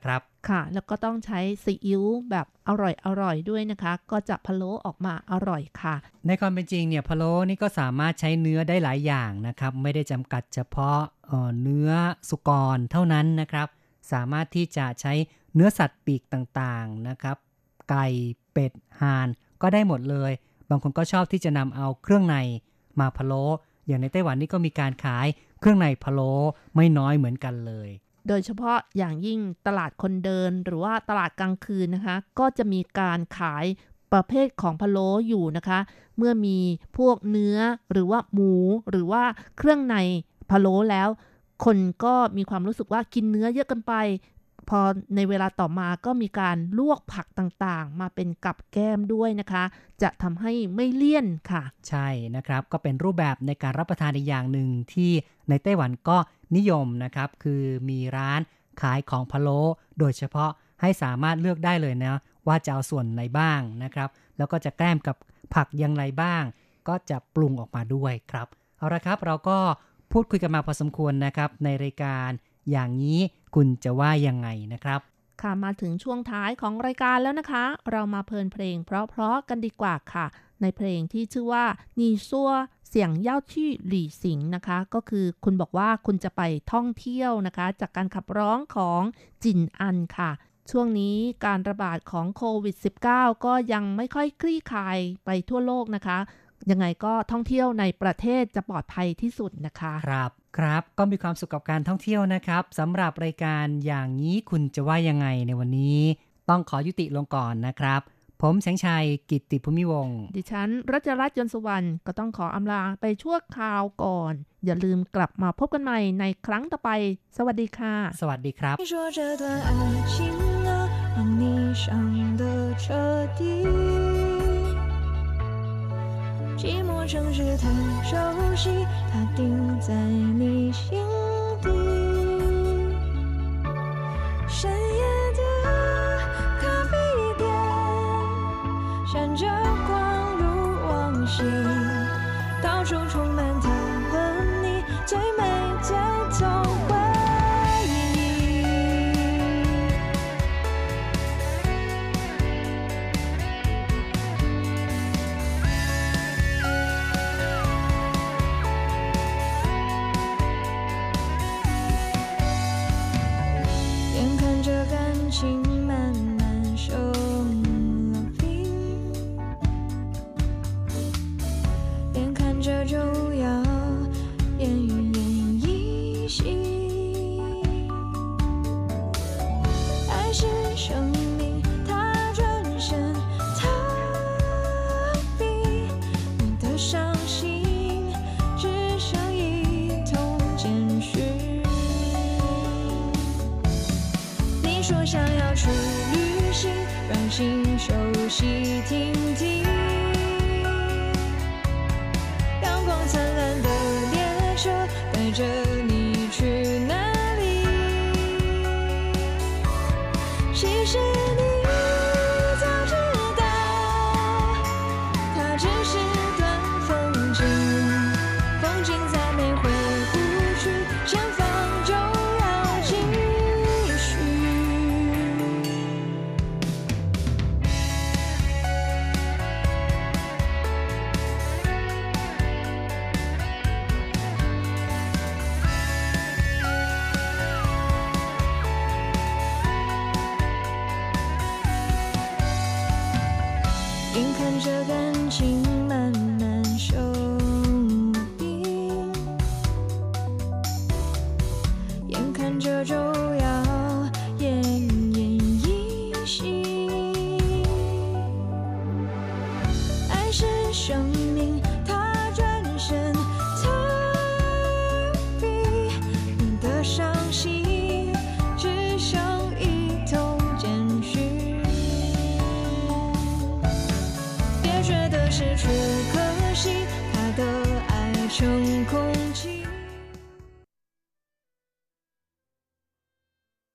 ค่ะแล้วก็ต้องใช้ซีอิ๊วแบบอร่อยด้วยนะคะก็จะพะโล้ออกมาอร่อยค่ะในความเป็นจริงเนี่ยพะโล้นี่ก็สามารถใช้เนื้อได้หลายอย่างนะครับไม่ได้จำกัดเฉพาะเนื้อสุกรเท่านั้นนะครับสามารถที่จะใช้เนื้อสัตว์ปีกต่างๆนะครับไก่เป็ดห่านก็ได้หมดเลยบางคนก็ชอบที่จะนำเอาเครื่องในมาพะโล้อย่างในไต้หวันนี่ก็มีการขายเครื่องในพะโล้ไม่น้อยเหมือนกันเลยโดยเฉพาะอย่างยิ่งตลาดคนเดินหรือว่าตลาดกลางคืนนะคะก็จะมีการขายประเภทของพะโล้อยู่นะคะเมื่อมีพวกเนื้อหรือว่าหมูหรือว่าเครื่องในพะโล้แล้วคนก็มีความรู้สึกว่ากินเนื้อเยอะเกินไปพอในเวลาต่อมาก็มีการลวกผักต่างๆมาเป็นกับแก้มด้วยนะคะจะทำให้ไม่เลี่ยนค่ะใช่นะครับก็เป็นรูปแบบในการรับประทานอีกอย่างหนึ่งที่ในไต้หวันก็นิยมนะครับคือมีร้านขายของพะโล้โดยเฉพาะให้สามารถเลือกได้เลยนะว่าจะเอาส่วนไหนบ้างนะครับแล้วก็จะแกล้มกับผักอย่างไรบ้างก็จะปรุงออกมาด้วยครับเอาละครับเราก็พูดคุยกันมาพอสมควรนะครับในรายการอย่างนี้คุณจะว่ายังไงนะครับค่ะมาถึงช่วงท้ายของรายการแล้วนะคะเรามาเพลินเพลงเพราะๆกันดีกว่าค่ะในเพลงที่ชื่อว่านีซัวเสียงเย่าที่หลี่สิงนะคะก็คือคุณบอกว่าคุณจะไปท่องเที่ยวนะคะจากการขับร้องของจินอันค่ะช่วงนี้การระบาดของโควิด -19 ก็ยังไม่ค่อยคลี่คลายไปทั่วโลกนะคะยังไงก็ท่องเที่ยวในประเทศจะปลอดภัยที่สุดนะคะครับก็มีความสุขกับการท่องเที่ยวนะครับสำหรับรายการอย่างนี้คุณจะว่ายังไงในวันนี้ต้องขอยุติลงก่อนนะครับผมแสงชัยกิตติภูมิวงศ์ดิฉันรัชรัตน์ยนต์สุวรรณก็ต้องขออำลาไปชั่วคราวก่อนอย่าลืมกลับมาพบกันใหม่ในครั้งต่อไปสวัสดีค่ะสวัสดีครับ寂寞城市太熟悉，它定在你心底。深夜的咖啡店，闪着光如往昔，到处充满它和你最美最痛回忆。情慢慢收了兵，眼看着就要烟云烟依稀，爱是生命，它转身逃避你的伤心，只剩一通简讯。说想要去旅行，让心休息停停，阳光灿烂的列车带着你去哪里？其实你早知道，它只是段风景，风景再美回不去，前方就要继续。眼看着感情